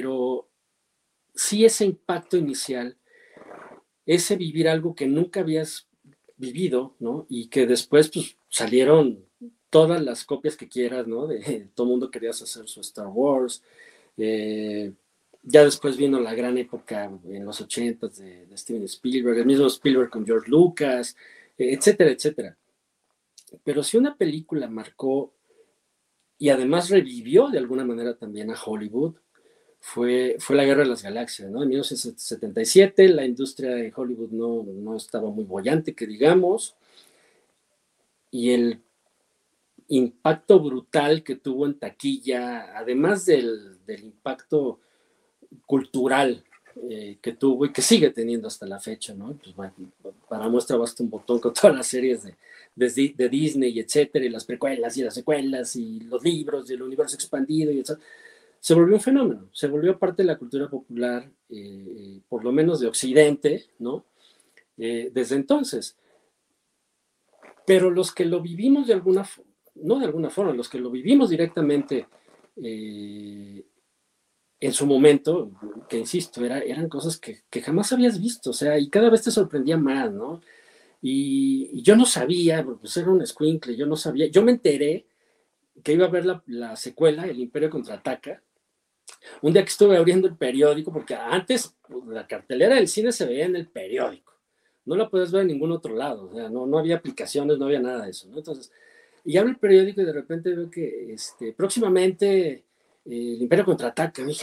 sí ese impacto inicial, ese vivir algo que nunca habías vivido, ¿no? Y que después pues salieron todas las copias que quieras, ¿no? Todo el mundo quería hacer su Star Wars. Ya después vino la gran época en los 80s de Steven Spielberg, el mismo Spielberg con George Lucas, etcétera, etcétera. Pero si una película marcó y además revivió de alguna manera también a Hollywood, fue la Guerra de las Galaxias, ¿no? En 1977 la industria de Hollywood no estaba muy bollante, que digamos, y el impacto brutal que tuvo en taquilla, además del impacto cultural que tuvo y que sigue teniendo hasta la fecha, ¿no? Pues bueno, para muestra basta un botón con todas las series de Disney, etcétera, y las precuelas y las secuelas y los libros y el universo expandido y etcétera. Se volvió un fenómeno, se volvió parte de la cultura popular, por lo menos de Occidente, ¿no? Desde entonces. Pero los que lo vivimos no de alguna forma, los que lo vivimos directamente en su momento, que insisto, eran cosas que jamás habías visto, o sea, y cada vez te sorprendía más, ¿no? Y yo no sabía, pues era un escuincle, yo no sabía, yo me enteré que iba a ver la secuela, El Imperio Contraataca, un día que estuve abriendo el periódico, porque antes pues, la cartelera del cine se veía en el periódico, no la puedes ver en ningún otro lado, o sea, no había aplicaciones, no había nada de eso, ¿no? Entonces, y abro el periódico y de repente veo que próximamente El Imperio Contraataca, me dije,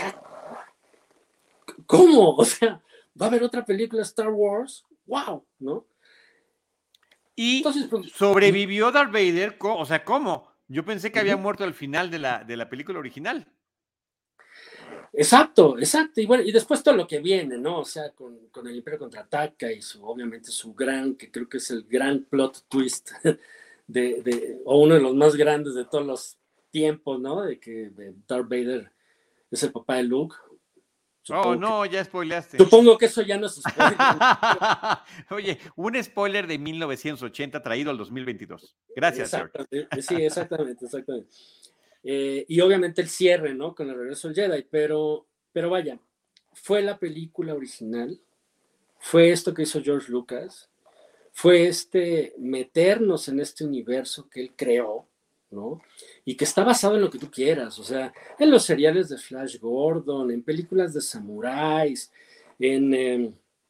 ¿cómo? O sea, va a haber otra película Star Wars, wow, ¿no? Y entonces, pues, sobrevivió Darth Vader, o sea, ¿cómo? Yo pensé que había muerto al final de la película original. Exacto. Y bueno, y después todo lo que viene, ¿no? O sea, con El Imperio Contraataca y obviamente su que creo que es el gran plot twist o uno de los más grandes de todos los tiempos, ¿no? De que Darth Vader es el papá de Luke. Ya spoileaste. Supongo que eso ya no es spoiler. Oye, un spoiler de 1980 traído al 2022. Gracias, George. Sí, exactamente. Y obviamente el cierre, ¿no? Con el regreso del Jedi, pero vaya, fue la película original, fue esto que hizo George Lucas, fue meternos en este universo que él creó, ¿no? Y que está basado en lo que tú quieras, o sea, en los seriales de Flash Gordon, en películas de samuráis, en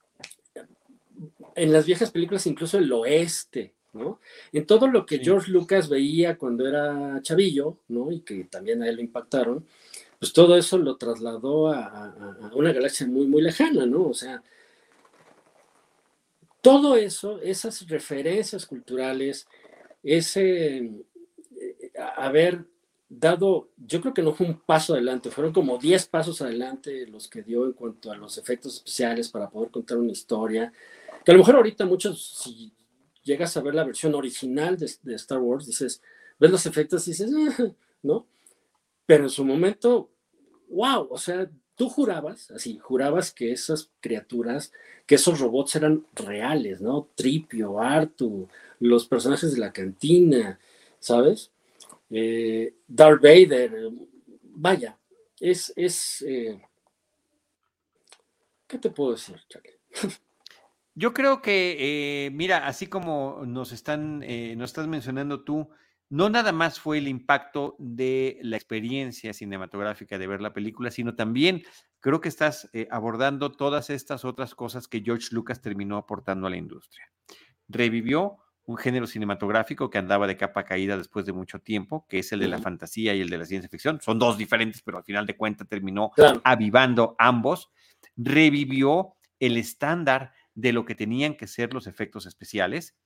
las viejas películas incluso el oeste, ¿no? En todo lo que George Lucas veía cuando era chavillo, ¿no? Y que también a él lo impactaron, pues todo eso lo trasladó a una galaxia muy, muy lejana, ¿no? O sea, todo eso, esas referencias culturales, haber dado, yo creo que no fue un paso adelante, fueron como 10 pasos adelante los que dio en cuanto a los efectos especiales para poder contar una historia, que a lo mejor ahorita muchos, si llegas a ver la versión original de Star Wars, ves los efectos y dices, ¿no? Pero en su momento, wow, o sea, tú jurabas que esas criaturas, que esos robots eran reales, ¿no? Tripio, Artu, los personajes de la cantina, ¿sabes? Darth Vader, vaya, ¿qué te puedo decir, Charlie? Yo creo que, mira, así como nos estás mencionando tú, no nada más fue el impacto de la experiencia cinematográfica de ver la película, sino también creo que estás abordando todas estas otras cosas que George Lucas terminó aportando a la industria. Revivió un género cinematográfico que andaba de capa caída después de mucho tiempo, que es el de la fantasía y el de la ciencia ficción. Son dos diferentes, pero al final de cuentas terminó avivando ambos. Revivió el estándar de lo que tenían que ser los efectos especiales,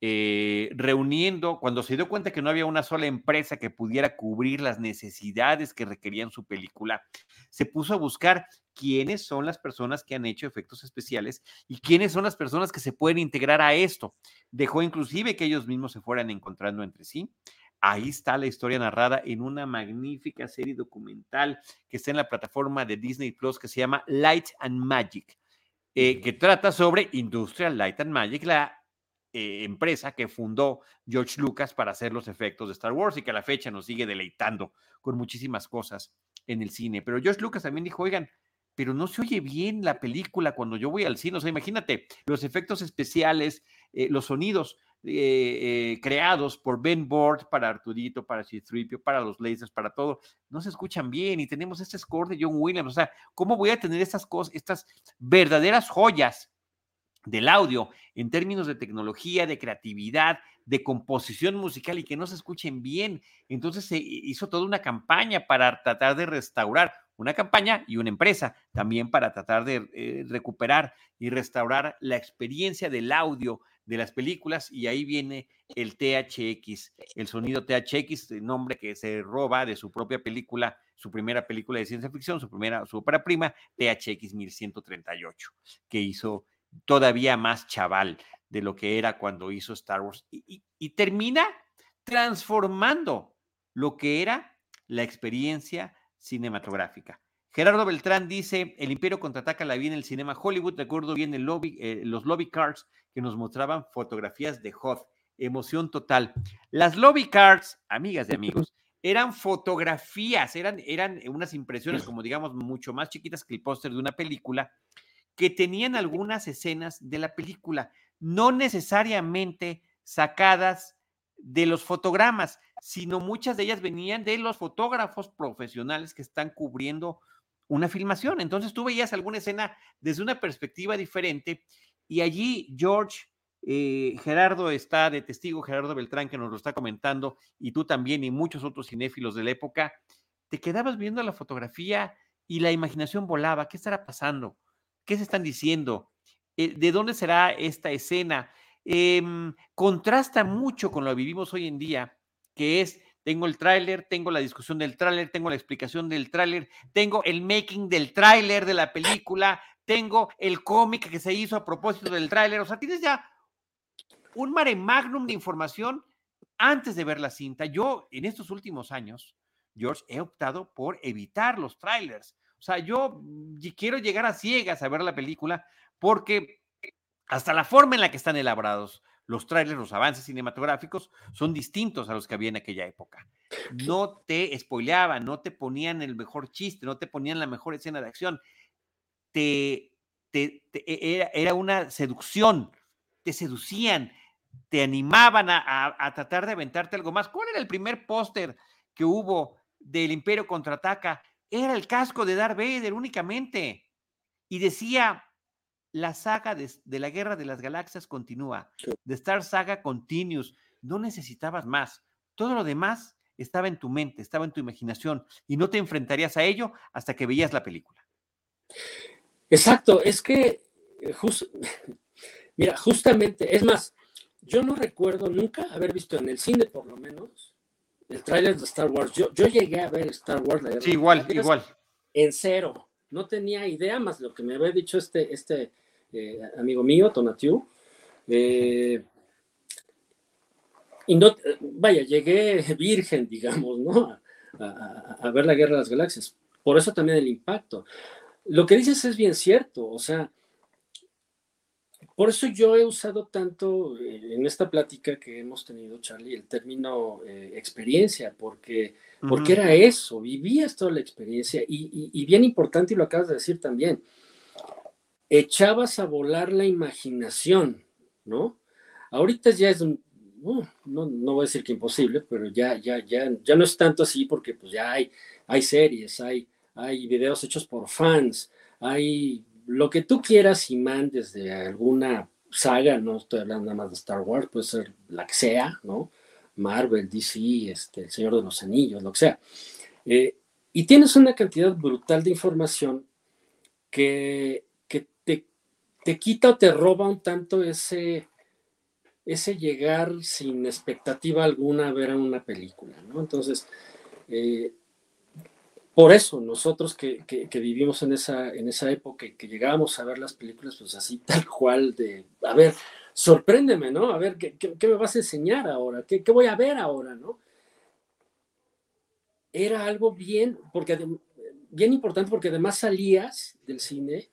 reuniendo, cuando se dio cuenta que no había una sola empresa que pudiera cubrir las necesidades que requerían su película, se puso a buscar quiénes son las personas que han hecho efectos especiales y quiénes son las personas que se pueden integrar a esto. Dejó inclusive que ellos mismos se fueran encontrando entre sí. Ahí está la historia narrada en una magnífica serie documental que está en la plataforma de Disney Plus que se llama Light and Magic. Que trata sobre Industrial Light and Magic, la empresa que fundó George Lucas para hacer los efectos de Star Wars y que a la fecha nos sigue deleitando con muchísimas cosas en el cine. Pero George Lucas también dijo, oigan, pero no se oye bien la película cuando yo voy al cine. O sea, imagínate, los efectos especiales, los sonidos creados por Ben Burtt para Arturito, para C-3PO, para los lasers, para todo, no se escuchan bien y tenemos este score de John Williams. O sea, ¿cómo voy a tener estas cosas, estas verdaderas joyas del audio en términos de tecnología, de creatividad, de composición musical y que no se escuchen bien? Entonces se hizo toda una campaña para tratar de restaurar, una campaña y una empresa también para tratar de recuperar y restaurar la experiencia del audio de las películas, y ahí viene el THX, el sonido THX, el nombre que se roba de su propia película, su primera película de ciencia ficción, su ópera prima, THX 1138, que hizo todavía más chaval de lo que era cuando hizo Star Wars y termina transformando lo que era la experiencia cinematográfica. Gerardo Beltrán dice, El Imperio Contraataca la vi en el cinema Hollywood, recuerdo bien los lobby cards que nos mostraban fotografías de Hoth, emoción total. Las lobby cards, amigas de amigos, eran fotografías, eran unas impresiones como digamos mucho más chiquitas que el póster de una película, que tenían algunas escenas de la película, no necesariamente sacadas de los fotogramas, sino muchas de ellas venían de los fotógrafos profesionales que están cubriendo una filmación. Entonces tú veías alguna escena desde una perspectiva diferente y allí George, Gerardo está de testigo, Gerardo Beltrán que nos lo está comentando y tú también y muchos otros cinéfilos de la época, te quedabas viendo la fotografía y la imaginación volaba. ¿Qué estará pasando? ¿Qué se están diciendo? ¿De dónde será esta escena? Contrasta mucho con lo que vivimos hoy en día, que es, tengo el tráiler, tengo la discusión del tráiler, tengo la explicación del tráiler, tengo el making del tráiler de la película, tengo el cómic que se hizo a propósito del tráiler, o sea, tienes ya un mare magnum de información antes de ver la cinta. Yo, en estos últimos años, George, he optado por evitar los trailers. O sea, yo quiero llegar a ciegas a ver la película porque hasta la forma en la que están elaborados los trailers, los avances cinematográficos, son distintos a los que había en aquella época. No te spoileaban, no te ponían el mejor chiste, no te ponían la mejor escena de acción. Era una seducción, te seducían, te animaban a tratar de aventarte algo más. ¿Cuál era el primer póster que hubo del Imperio Contraataca? Era el casco de Darth Vader únicamente. Y decía, la saga de la Guerra de las Galaxias continúa. The Star Saga continues. No necesitabas más. Todo lo demás estaba en tu mente, estaba en tu imaginación y no te enfrentarías a ello hasta que veías la película. Exacto, es que mira, justamente, es más, yo no recuerdo nunca haber visto en el cine, por lo menos, el tráiler de Star Wars. Yo llegué a ver Star Wars. Sí, igual. En cero. No tenía idea más lo que me había dicho este amigo mío, Tonatiu. Y no, vaya, llegué virgen, digamos, ¿no? A ver la Guerra de las Galaxias. Por eso también el impacto. Lo que dices es bien cierto, o sea, por eso yo he usado tanto en esta plática que hemos tenido, Charlie, el término experiencia, porque era eso, vivías toda la experiencia y bien importante, y lo acabas de decir también, echabas a volar la imaginación, ¿no? Ahorita ya es, no voy a decir que imposible, pero ya no es tanto así porque pues ya hay series, hay videos hechos por fans, hay lo que tú quieras y mandes de alguna saga, no estoy hablando nada más de Star Wars, puede ser la que sea, ¿no? Marvel, DC, El Señor de los Anillos, lo que sea. Y tienes una cantidad brutal de información que te quita o te roba un tanto ese llegar sin expectativa alguna a ver una película, ¿no? Entonces, por eso nosotros que vivimos en esa época y que llegábamos a ver las películas, pues así tal cual de, a ver, sorpréndeme, ¿no? A ver, ¿qué me vas a enseñar ahora? ¿Qué voy a ver ahora, no? Era algo bien importante porque además salías del cine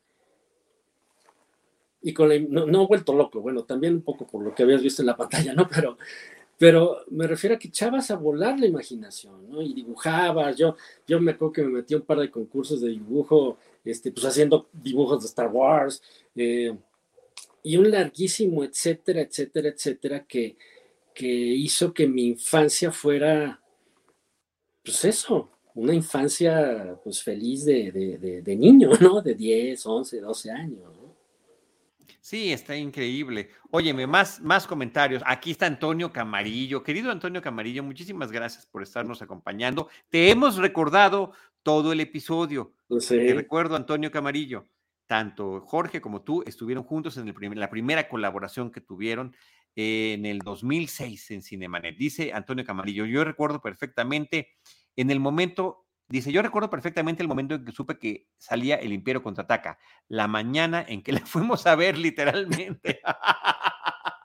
y no vuelto loco, bueno, también un poco por lo que habías visto en la pantalla, ¿no? Pero me refiero a que echabas a volar la imaginación, ¿no? Y dibujabas, yo me acuerdo que me metí a un par de concursos de dibujo, pues haciendo dibujos de Star Wars, y un larguísimo etcétera, etcétera, etcétera, que hizo que mi infancia fuera, pues eso, una infancia pues feliz de niño, ¿no? De 10, 11, 12 años, ¿no? Sí, está increíble. Óyeme, más comentarios. Aquí está Antonio Camarillo. Querido Antonio Camarillo, muchísimas gracias por estarnos acompañando. Te hemos recordado todo el episodio. Sí. Te recuerdo, Antonio Camarillo. Tanto Jorge como tú estuvieron juntos en la primera colaboración que tuvieron en el 2006 en Cinemanet. Dice Antonio Camarillo, yo recuerdo perfectamente en el momento... Dice, yo recuerdo perfectamente el momento en que supe que salía El Imperio Contraataca, la mañana en que la fuimos a ver literalmente.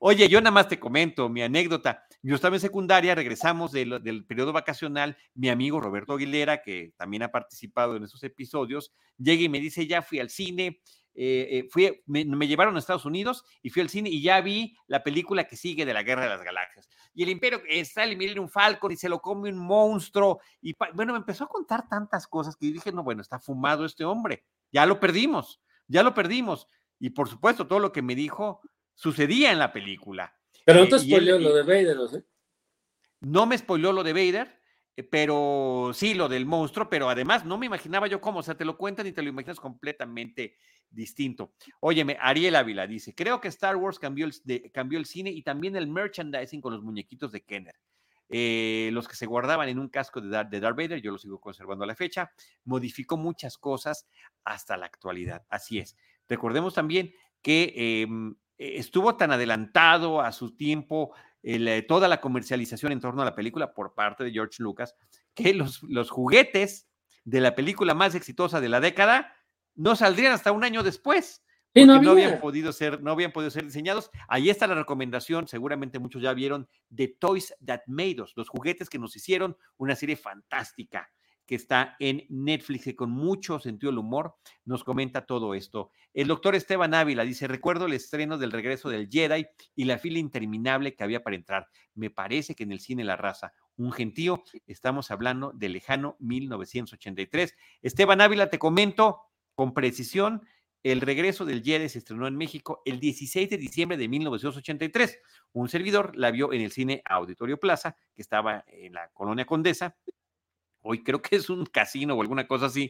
Oye, yo nada más te comento mi anécdota. Yo estaba en secundaria, regresamos del periodo vacacional, mi amigo Roberto Aguilera, que también ha participado en esos episodios, llega y me dice, ya fui al cine, me llevaron a Estados Unidos y fui al cine y ya vi la película que sigue de la Guerra de las Galaxias. Y el Imperio está el Millennium Falcon y se lo come un monstruo. Y bueno, me empezó a contar tantas cosas que dije, no, bueno, está fumado este hombre, ya lo perdimos, ya lo perdimos. Y por supuesto, todo lo que me dijo sucedía en la película. Pero no te spoileó lo de Vader, ¿sí? No me spoiló lo de Vader, pero sí lo del monstruo, pero además no me imaginaba yo cómo, o sea, te lo cuentan y te lo imaginas completamente distinto. Óyeme, Ariel Ávila dice, creo que Star Wars cambió el cine y también el merchandising con los muñequitos de Kenner. Los que se guardaban en un casco de Darth Vader, yo lo sigo conservando a la fecha, modificó muchas cosas hasta la actualidad. Así es. Recordemos también que estuvo tan adelantado a su tiempo toda la comercialización en torno a la película por parte de George Lucas, que los juguetes de la película más exitosa de la década no saldrían hasta un año después, porque no habían podido ser diseñados. Ahí está la recomendación, seguramente muchos ya vieron, de Toys That Made Us, los juguetes que nos hicieron, una serie fantástica que está en Netflix, que con mucho sentido del humor nos comenta todo esto. El doctor Esteban Ávila dice, recuerdo el estreno del Regreso del Jedi y la fila interminable que había para entrar. Me parece que en el cine La Raza, un gentío, estamos hablando del lejano 1983. Esteban Ávila, te comento con precisión, el Regreso del Jedi se estrenó en México el 16 de diciembre de 1983. Un servidor la vio en el cine Auditorio Plaza, que estaba en la Colonia Condesa. Hoy creo que es un casino o alguna cosa así.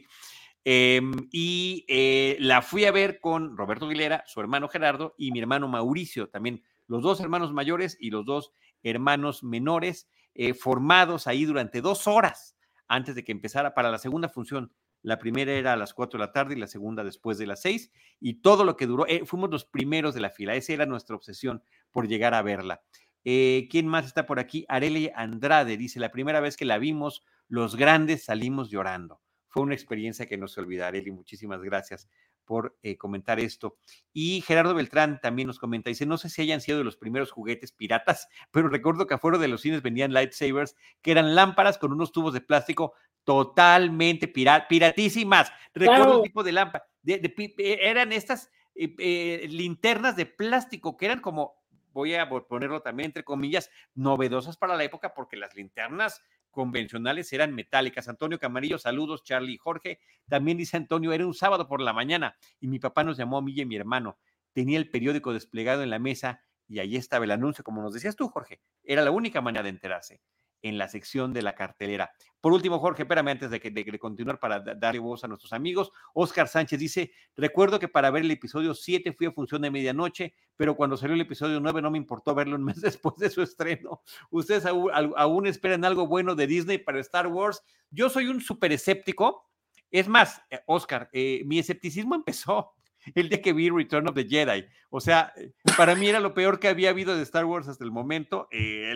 La fui a ver con Roberto Aguilera, su hermano Gerardo y mi hermano Mauricio, también los dos hermanos mayores y los dos hermanos menores, formados ahí durante 2 horas antes de que empezara para la segunda función. La primera era a las 4 de la tarde y la segunda después de las 6, y todo lo que duró, fuimos los primeros de la fila. Esa era nuestra obsesión por llegar a verla. ¿Quién más está por aquí? Arely Andrade dice, la primera vez que la vimos, los grandes salimos llorando. Fue una experiencia que no se olvidará, Arely. Muchísimas gracias por comentar esto. Y Gerardo Beltrán también nos comenta, dice, no sé si hayan sido de los primeros juguetes piratas, pero recuerdo que afuera de los cines vendían lightsabers, que eran lámparas con unos tubos de plástico totalmente piratísimas. Recuerdo claro. El tipo de lámpara. Eran estas linternas de plástico que eran como, voy a ponerlo también entre comillas, novedosas para la época, porque las linternas convencionales eran metálicas. Antonio Camarillo, saludos, Charlie y Jorge. También dice Antonio, era un sábado por la mañana y mi papá nos llamó a mí y a mi hermano. Tenía el periódico desplegado en la mesa y ahí estaba el anuncio, como nos decías tú, Jorge. Era la única manera de enterarse, en la sección de la cartelera. Por último, Jorge, espérame antes de continuar para darle voz a nuestros amigos. Oscar Sánchez dice, recuerdo que para ver el episodio 7 fui a función de medianoche, pero cuando salió el episodio 9 no me importó verlo un mes después de su estreno. ¿Ustedes aún esperan algo bueno de Disney para Star Wars? Yo soy un súper escéptico. Es más, Oscar, mi escepticismo empezó el día que vi Return of the Jedi. O sea, para mí era lo peor que había habido de Star Wars hasta el momento.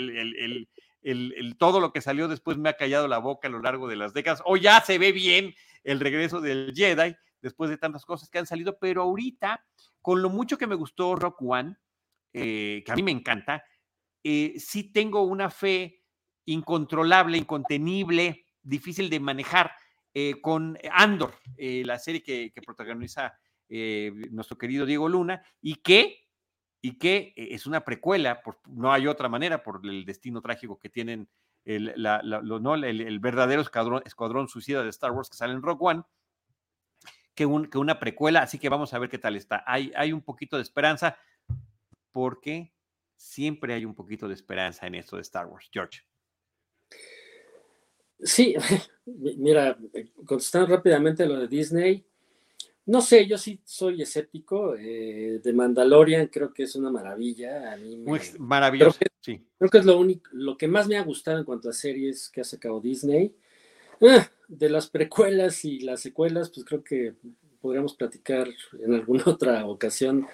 Todo lo que salió después me ha callado la boca a lo largo de las décadas. O ya se ve bien el regreso del Jedi después de tantas cosas que han salido, pero ahorita, con lo mucho que me gustó Rogue One, que a mí me encanta, sí tengo una fe incontrolable, incontenible, difícil de manejar con Andor, la serie que protagoniza nuestro querido Diego Luna, y que es una precuela, no hay otra manera, por el destino trágico que tienen el verdadero escuadrón suicida de Star Wars que sale en Rogue One, que una precuela, así que vamos a ver qué tal está. Hay un poquito de esperanza, porque siempre hay un poquito de esperanza en esto de Star Wars. George. Sí, mira, contestando rápidamente lo de Disney, no sé, yo sí soy escéptico. De Mandalorian creo que es una maravilla. A mí maravilloso, creo que es lo que más me ha gustado en cuanto a series que ha sacado Disney. De las precuelas y las secuelas, pues creo que podríamos platicar en alguna otra ocasión.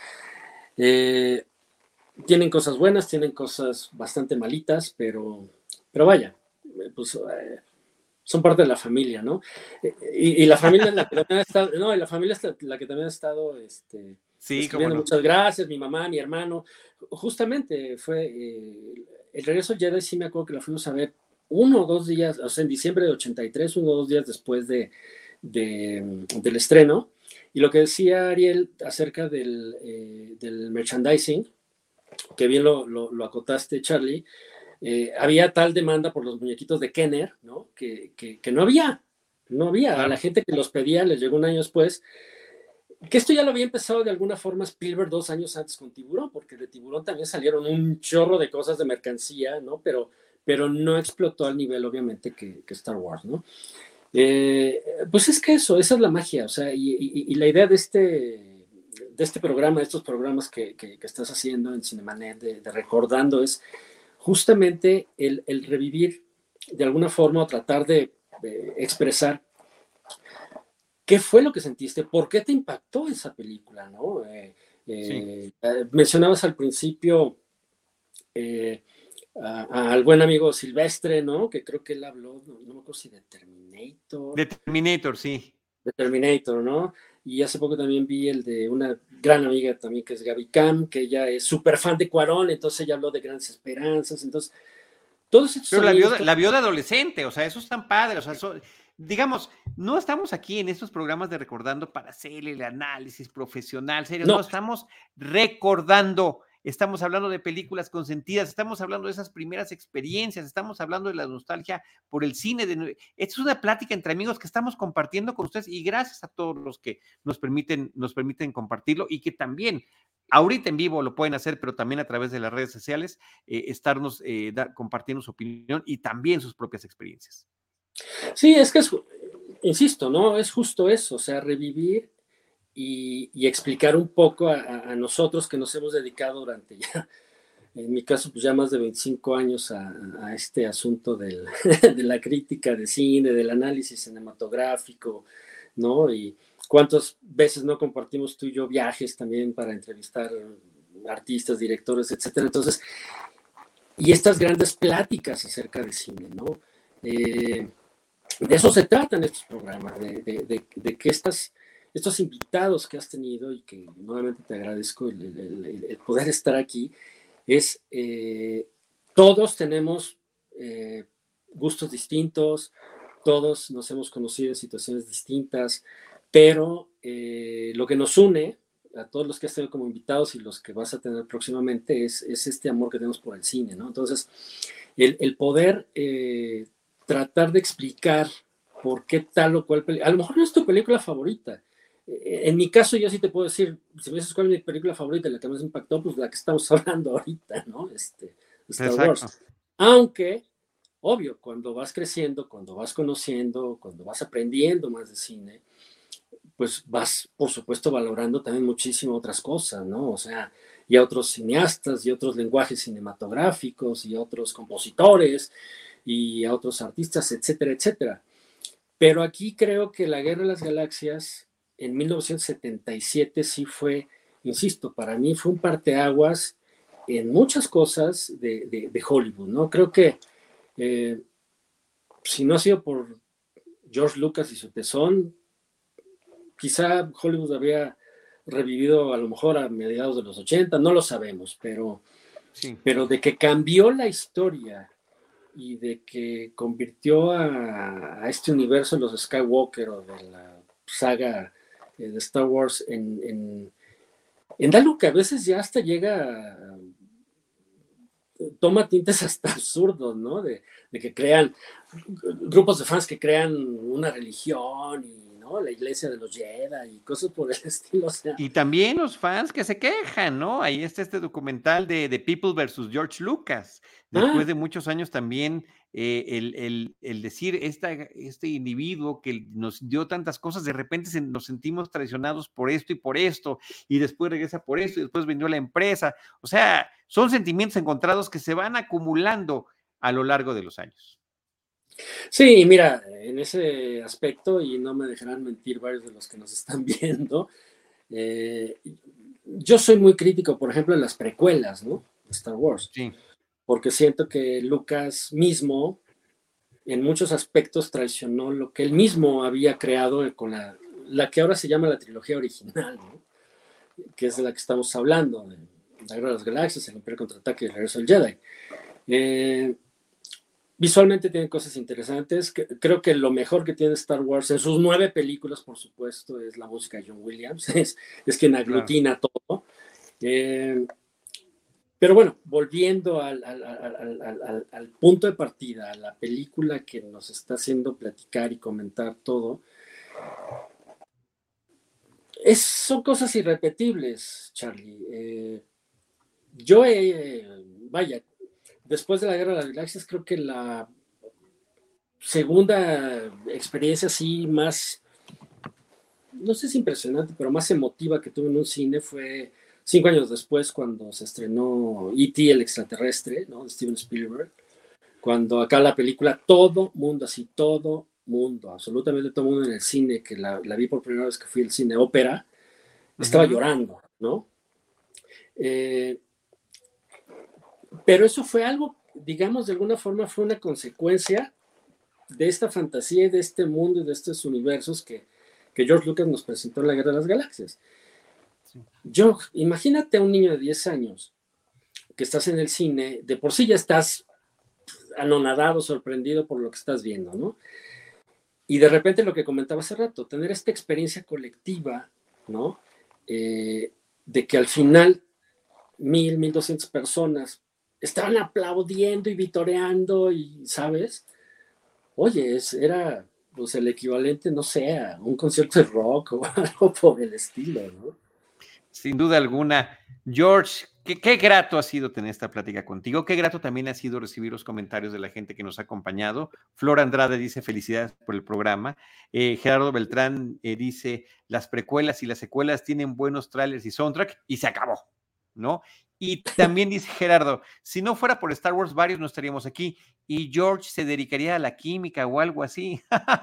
Tienen cosas buenas, tienen cosas bastante malitas, pero vaya, pues son parte de la familia, ¿no? Y la familia es la que también ha estado, la familia es la que también ha estado Sí, cómo escribiendo no. muchas gracias, mi mamá, mi hermano. Justamente fue el regreso al Jedi, sí me acuerdo que la fuimos a ver 1 o 2 días, o sea, en diciembre de 83, 1 o 2 días después del estreno. Y lo que decía Ariel acerca del merchandising, que bien lo acotaste, Charlie, había tal demanda por los muñequitos de Kenner, ¿no? Que no había. A la Claro. gente que los pedía les llegó un año después. Que esto ya lo había empezado de alguna forma Spielberg 2 años antes con Tiburón, porque de Tiburón también salieron un chorro de cosas de mercancía, ¿no? Pero no explotó al nivel, obviamente, que Star Wars, ¿no? Pues es que esa es la magia, o sea, y la idea de este programa, de estos programas que estás haciendo en Cinemanet, de Recordando, es justamente el revivir de alguna forma o tratar de expresar qué fue lo que sentiste, por qué te impactó esa película, ¿no? Sí. Mencionabas al principio al buen amigo Silvestre, ¿no? Que creo que él habló, no me acuerdo si De Terminator, sí. de Terminator, ¿no? Y hace poco también vi el de una gran amiga también que es Gaby Cam, que ella es súper fan de Cuarón, entonces ella habló de Grandes Esperanzas, entonces todos estos Pero amigos... la vio de adolescente, o sea, eso es tan padre, o sea, digamos, no estamos aquí en estos programas de Recordando para hacer el análisis profesional, serio, no, No, estamos recordando, estamos hablando de películas consentidas, estamos hablando de esas primeras experiencias, estamos hablando de la nostalgia por el cine. Esta es una plática entre amigos que estamos compartiendo con ustedes y gracias a todos los que nos permiten compartirlo y que también ahorita en vivo lo pueden hacer, pero también a través de las redes sociales, estarnos compartiendo su opinión y también sus propias experiencias. sí, es que insisto, ¿no? Es justo eso, o sea, revivir y explicar un poco a nosotros que nos hemos dedicado durante ya, en mi caso, pues ya más de 25 años a este asunto de la crítica de cine, del análisis cinematográfico, ¿no? Y cuántas veces no compartimos tú y yo viajes también para entrevistar artistas, directores, etcétera. Entonces, y estas grandes pláticas acerca de cine, ¿no? De eso se tratan estos programas, de que estos invitados que has tenido y que nuevamente te agradezco el poder estar aquí, es todos tenemos gustos distintos, todos nos hemos conocido en situaciones distintas, pero lo que nos une a todos los que has tenido como invitados y los que vas a tener próximamente es este amor que tenemos por el cine, ¿no? Entonces, el poder tratar de explicar por qué tal o cual película, a lo mejor no es tu película favorita. En mi caso, yo sí te puedo decir, si me dices cuál es mi película favorita, la que más me impactó, pues la que estamos hablando ahorita, ¿no? Star Wars. Exacto. Aunque, obvio, cuando vas creciendo, cuando vas conociendo, cuando vas aprendiendo más de cine, pues vas, por supuesto, valorando también muchísimo otras cosas, ¿no? O sea, y a otros cineastas, y otros lenguajes cinematográficos, y a otros compositores, y a otros artistas, etcétera, etcétera. Pero aquí creo que La Guerra de las Galaxias en 1977 sí fue, insisto, para mí fue un parteaguas en muchas cosas de Hollywood, ¿no? Creo que si no ha sido por George Lucas y su tesón, quizá Hollywood había revivido a lo mejor a mediados de los 80, no lo sabemos, Sí. pero de que cambió la historia y de que convirtió a este universo de los Skywalker o de la saga de Star Wars en algo que a veces ya hasta toma tintes hasta absurdos, ¿no? De que crean grupos de fans que crean una religión y, ¿no? La iglesia de los Jedi y cosas por el estilo, o sea. Y también los fans que se quejan, ¿no? Ahí está este documental de People versus George Lucas. Después de muchos años también el decir este individuo que nos dio tantas cosas, de repente nos sentimos traicionados por esto, y después regresa por esto, y después vendió la empresa. O sea, son sentimientos encontrados que se van acumulando a lo largo de los años. Sí, mira, en ese aspecto, y no me dejarán mentir varios de los que nos están viendo, yo soy muy crítico, por ejemplo, en las precuelas, ¿no? De Star Wars. Sí. Porque siento que Lucas mismo, en muchos aspectos, traicionó lo que él mismo había creado con la que ahora se llama la trilogía original, ¿no? que es de la que estamos hablando, de La Guerra de las Galaxias, El Imperio Contraataque y El Regreso del Jedi. Visualmente tiene cosas interesantes. Creo que lo mejor que tiene Star Wars en sus 9 películas, por supuesto, es la música de John Williams. Es quien aglutina todo. Pero bueno, volviendo al punto de partida, a la película que nos está haciendo platicar y comentar todo, son cosas irrepetibles, Charlie. Vaya, después de la Guerra de las Galaxias, creo que la segunda experiencia así más, no sé si impresionante, pero más emotiva que tuve en un cine fue 5 años después, cuando se estrenó E.T. el extraterrestre, ¿no? De Steven Spielberg. Cuando acá la película, todo mundo, absolutamente todo mundo en el cine, que la vi por primera vez que fui al cine ópera, estaba llorando, ¿no? Pero eso fue algo, digamos, de alguna forma fue una consecuencia de esta fantasía y de este mundo y de estos universos que George Lucas nos presentó en La Guerra de las Galaxias. Sí. Imagínate a un niño de 10 años que estás en el cine, de por sí ya estás anonadado, sorprendido por lo que estás viendo, ¿no? Y de repente lo que comentaba hace rato, tener esta experiencia colectiva, ¿no? De que al final 1,200 personas estaban aplaudiendo y vitoreando y, ¿sabes? Oye, era pues el equivalente, no sé, a un concierto de rock o algo por el estilo, ¿no? Sin duda alguna. George, qué grato ha sido tener esta plática contigo. Qué grato también ha sido recibir los comentarios de la gente que nos ha acompañado. Flor Andrade dice felicidades por el programa. Gerardo Beltrán dice las precuelas y las secuelas tienen buenos trailers y soundtrack y se acabó, ¿no? Y también dice Gerardo, si no fuera por Star Wars, varios no estaríamos aquí y George se dedicaría a la química o algo así.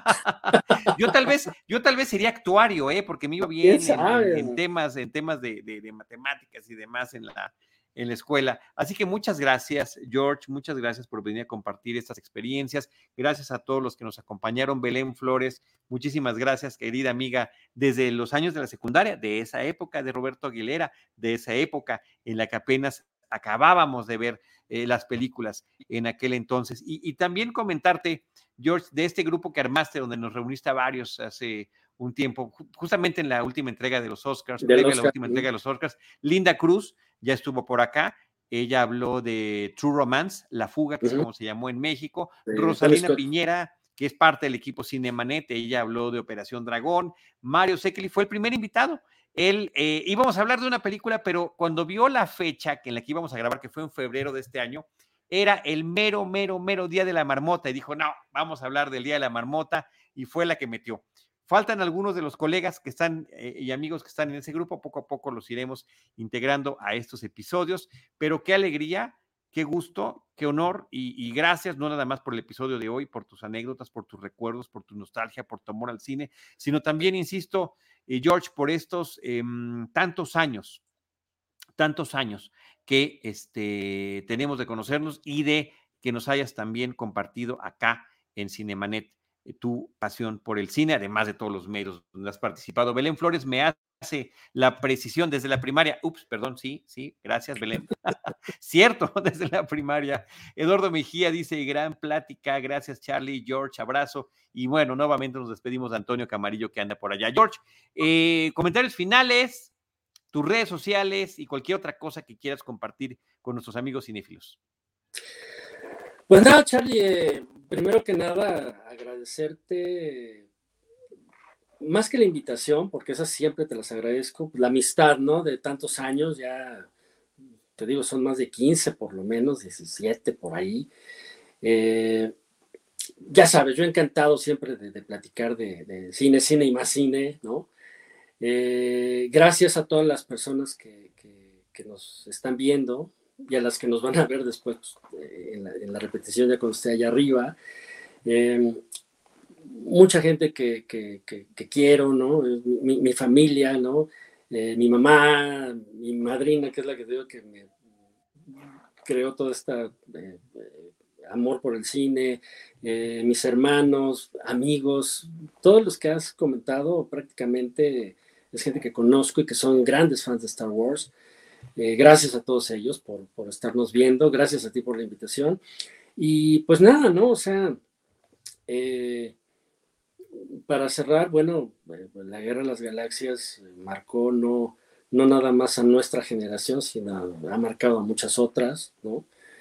Yo tal vez sería actuario, porque me iba bien en temas de matemáticas y demás en la escuela. Así que muchas gracias, George, muchas gracias por venir a compartir estas experiencias. Gracias a todos los que nos acompañaron. Belén Flores, muchísimas gracias, querida amiga, desde los años de la secundaria, de esa época de Roberto Aguilera, de esa época en la que apenas acabábamos de ver las películas en aquel entonces. Y también comentarte, George, de este grupo que armaste, donde nos reuniste a varios hace un tiempo, justamente en la última entrega de los Oscars, previa a la última entrega de los Oscars, Linda Cruz ya estuvo por acá. Ella habló de True Romance, La Fuga, que es como se llamó en México. Rosalina Piñera, que es parte del equipo Cinemanet, ella habló de Operación Dragón. Mario Sekeli fue el primer invitado. Él, íbamos a hablar de una película, pero cuando vio la fecha en la que íbamos a grabar, que fue en febrero de este año, era el mero Día de la Marmota, y dijo, no, vamos a hablar del Día de la Marmota, y fue la que metió. Faltan algunos de los colegas que están y amigos que están en ese grupo, poco a poco los iremos integrando a estos episodios, pero qué alegría, qué gusto, qué honor y gracias, no nada más por el episodio de hoy, por tus anécdotas, por tus recuerdos, por tu nostalgia, por tu amor al cine, sino también, insisto, George, por estos tantos años que tenemos de conocernos y de que nos hayas también compartido acá en Cinemanet tu pasión por el cine, además de todos los medios donde has participado. Belén Flores me hace la precisión desde la primaria. Perdón, sí, gracias, Belén. Cierto, desde la primaria. Eduardo Mejía dice, gran plática, gracias, Charlie, George, abrazo. Y bueno, nuevamente nos despedimos de Antonio Camarillo, que anda por allá. George, comentarios finales, tus redes sociales y cualquier otra cosa que quieras compartir con nuestros amigos cinéfilos. Pues nada, Charlie, primero que nada, agradecerte, más que la invitación, porque esas siempre te las agradezco, la amistad, ¿no? De tantos años, ya te digo, son más de 15, por lo menos, 17 por ahí. Ya sabes, yo encantado siempre de platicar de cine y más cine, ¿no? Gracias a todas las personas que nos están viendo y a las que nos van a ver después en la repetición ya cuando esté allá arriba. Mucha gente que quiero, ¿no? Mi familia, ¿no? Mi mamá, mi madrina, que es la que digo que me creó todo este amor por el cine, mis hermanos, amigos, todos los que has comentado prácticamente es gente que conozco y que son grandes fans de Star Wars. Gracias a todos ellos por estarnos viendo, gracias a ti por la invitación. Y pues nada, ¿no? O sea, para cerrar, bueno, la Guerra de las Galaxias marcó no nada más a nuestra generación, sino ha marcado a muchas otras, ¿no?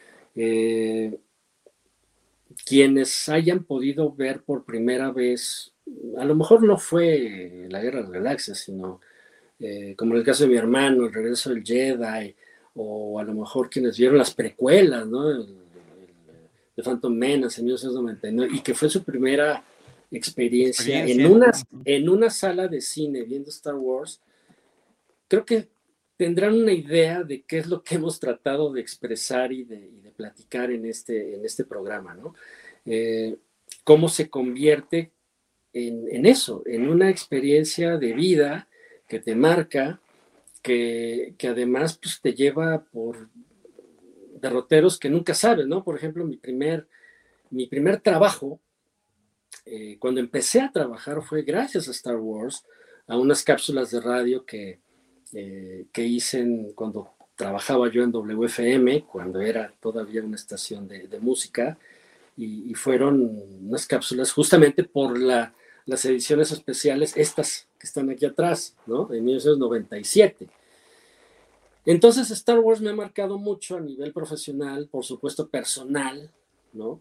Quienes hayan podido ver por primera vez, a lo mejor no fue la Guerra de las Galaxias, sino como en el caso de mi hermano, el regreso del Jedi, o a lo mejor quienes vieron las precuelas, ¿no? De Phantom Menace en 1999, y que fue su primera experiencia en una sala de cine viendo Star Wars. Creo que tendrán una idea de qué es lo que hemos tratado de expresar y de platicar en este programa, ¿no? Cómo se convierte en eso, en una experiencia de vida que te marca, que además pues, te lleva por derroteros que nunca sabes, ¿no? Por ejemplo, mi primer trabajo, cuando empecé a trabajar fue gracias a Star Wars, a unas cápsulas de radio que hice cuando trabajaba yo en WFM, cuando era todavía una estación de música, y fueron unas cápsulas justamente por las ediciones especiales, estas que están aquí atrás, ¿no? En 1997. Entonces Star Wars me ha marcado mucho a nivel profesional, por supuesto personal, ¿no?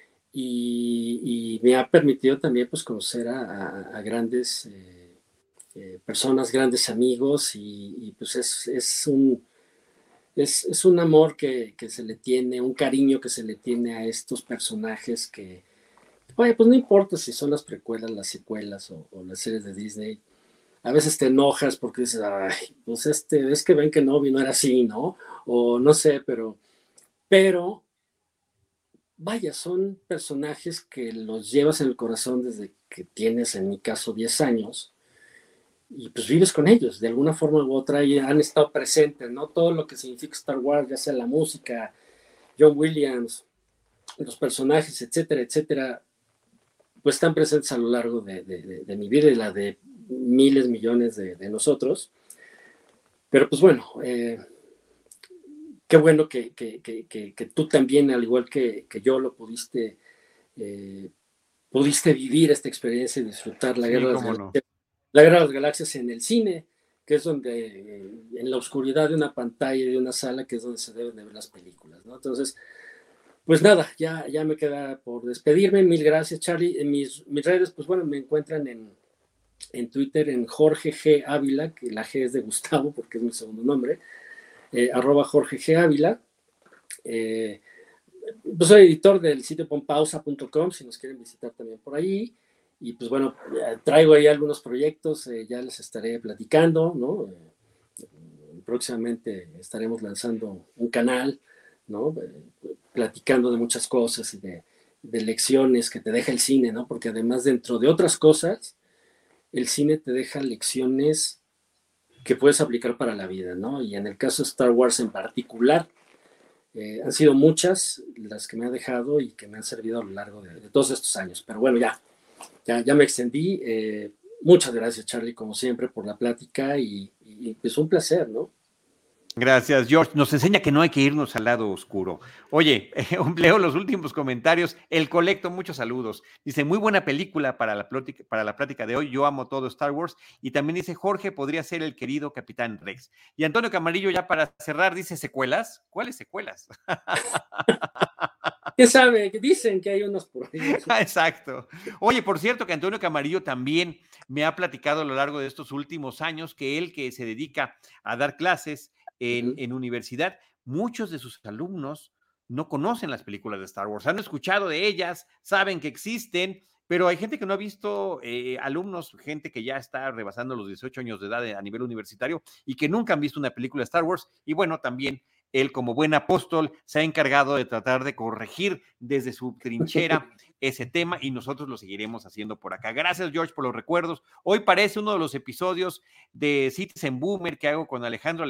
Y me ha permitido también pues conocer a grandes personas, grandes amigos, y pues es un amor que se le tiene, un cariño que se le tiene a estos personajes que, oye, pues no importa si son las precuelas, las secuelas o las series de Disney, a veces te enojas porque dices, ay, pues es que ven que no era así, ¿no? O no sé, pero vaya, son personajes que los llevas en el corazón desde que tienes, en mi caso, 10 años, y pues vives con ellos, de alguna forma u otra, y han estado presentes, ¿no? Todo lo que significa Star Wars, ya sea la música, John Williams, los personajes, etcétera, etcétera, pues están presentes a lo largo de mi vida y la de miles, millones de nosotros. Pero pues bueno, qué bueno que tú también, al igual que yo, lo pudiste vivir esta experiencia y disfrutar la Guerra de las Galaxias. La Guerra de las Galaxias en el cine, que es donde, en la oscuridad de una pantalla y de una sala, que es donde se deben de ver las películas, ¿no? Entonces, pues nada, ya me queda por despedirme. Mil gracias, Charlie. En mis redes, pues bueno, me encuentran en Twitter en Jorge G. Ávila, que la G es de Gustavo porque es mi segundo nombre, @ Jorge G. Ávila. Pues soy editor del sitio ponpausa.com, si nos quieren visitar también por ahí. Y pues bueno, traigo ahí algunos proyectos, ya les estaré platicando, ¿no? Próximamente estaremos lanzando un canal, ¿no? Platicando de muchas cosas y de lecciones que te deja el cine, ¿no? Porque además, dentro de otras cosas, el cine te deja lecciones que puedes aplicar para la vida, ¿no? Y en el caso de Star Wars en particular, han sido muchas las que me ha dejado y que me han servido a lo largo de todos estos años. Pero bueno, ya me extendí. Muchas gracias, Charlie, como siempre, por la plática y pues un placer, ¿no? Gracias, George. Nos enseña que no hay que irnos al lado oscuro. Oye, leo los últimos comentarios. El Colecto, muchos saludos. Dice, muy buena película para la plática de hoy. Yo amo todo Star Wars. Y también dice, Jorge podría ser el querido Capitán Rex. Y Antonio Camarillo, ya para cerrar, dice, ¿secuelas? ¿Cuáles secuelas? ¿Quién sabe? Dicen que hay unos por ahí. Exacto. Oye, por cierto, que Antonio Camarillo también me ha platicado a lo largo de estos últimos años que él, que se dedica a dar clases en universidad, muchos de sus alumnos no conocen las películas de Star Wars, han escuchado de ellas, saben que existen, pero hay gente que no ha visto, alumnos, gente que ya está rebasando los 18 años de edad a nivel universitario y que nunca han visto una película de Star Wars. Y bueno, también él, como buen apóstol, se ha encargado de tratar de corregir desde su trinchera ese tema y nosotros lo seguiremos haciendo por acá. Gracias, George, por los recuerdos. Hoy parece uno de los episodios de Citizen Boomer que hago con Alejandro Alemán,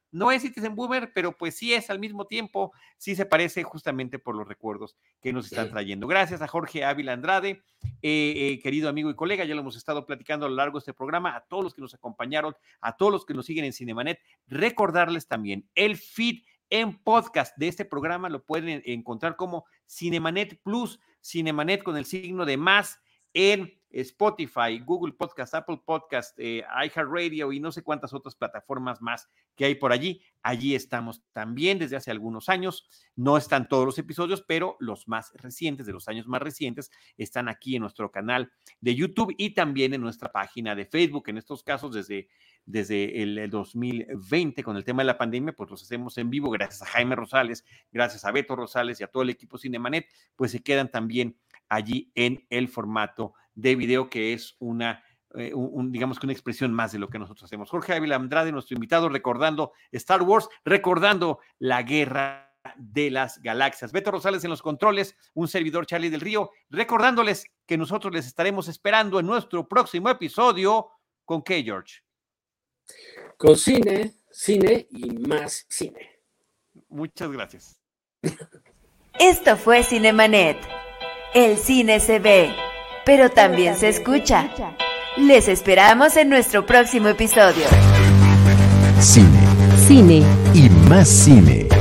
No es Citizen Boomer, pero pues sí es al mismo tiempo, sí se parece justamente por los recuerdos que nos están trayendo. Gracias a Jorge Ávila Andrade, querido amigo y colega, ya lo hemos estado platicando a lo largo de este programa, a todos los que nos acompañaron, a todos los que nos siguen en Cinemanet, recordarles también el feed en podcast de este programa, lo pueden encontrar como Cinemanet Plus, Cinemanet con el signo de más, en Spotify, Google Podcast, Apple Podcast, iHeartRadio y no sé cuántas otras plataformas más que hay por allí. Allí estamos también desde hace algunos años. No están todos los episodios, pero los más recientes, de los años más recientes, están aquí en nuestro canal de YouTube y también en nuestra página de Facebook. En estos casos, desde el 2020, con el tema de la pandemia, pues los hacemos en vivo, gracias a Jaime Rosales, gracias a Beto Rosales y a todo el equipo Cinemanet, pues se quedan también allí en el formato de video, que es digamos que una expresión más de lo que nosotros hacemos. Jorge Ávila Andrade, nuestro invitado, recordando Star Wars, recordando la Guerra de las Galaxias. Beto Rosales en los controles, un servidor, Charlie del Río, recordándoles que nosotros les estaremos esperando en nuestro próximo episodio. ¿Con qué, George? Con cine y más cine. Muchas gracias. Esto fue Cinemanet. El cine se ve, pero también se escucha. Les esperamos en nuestro próximo episodio. Cine Cine y más cine.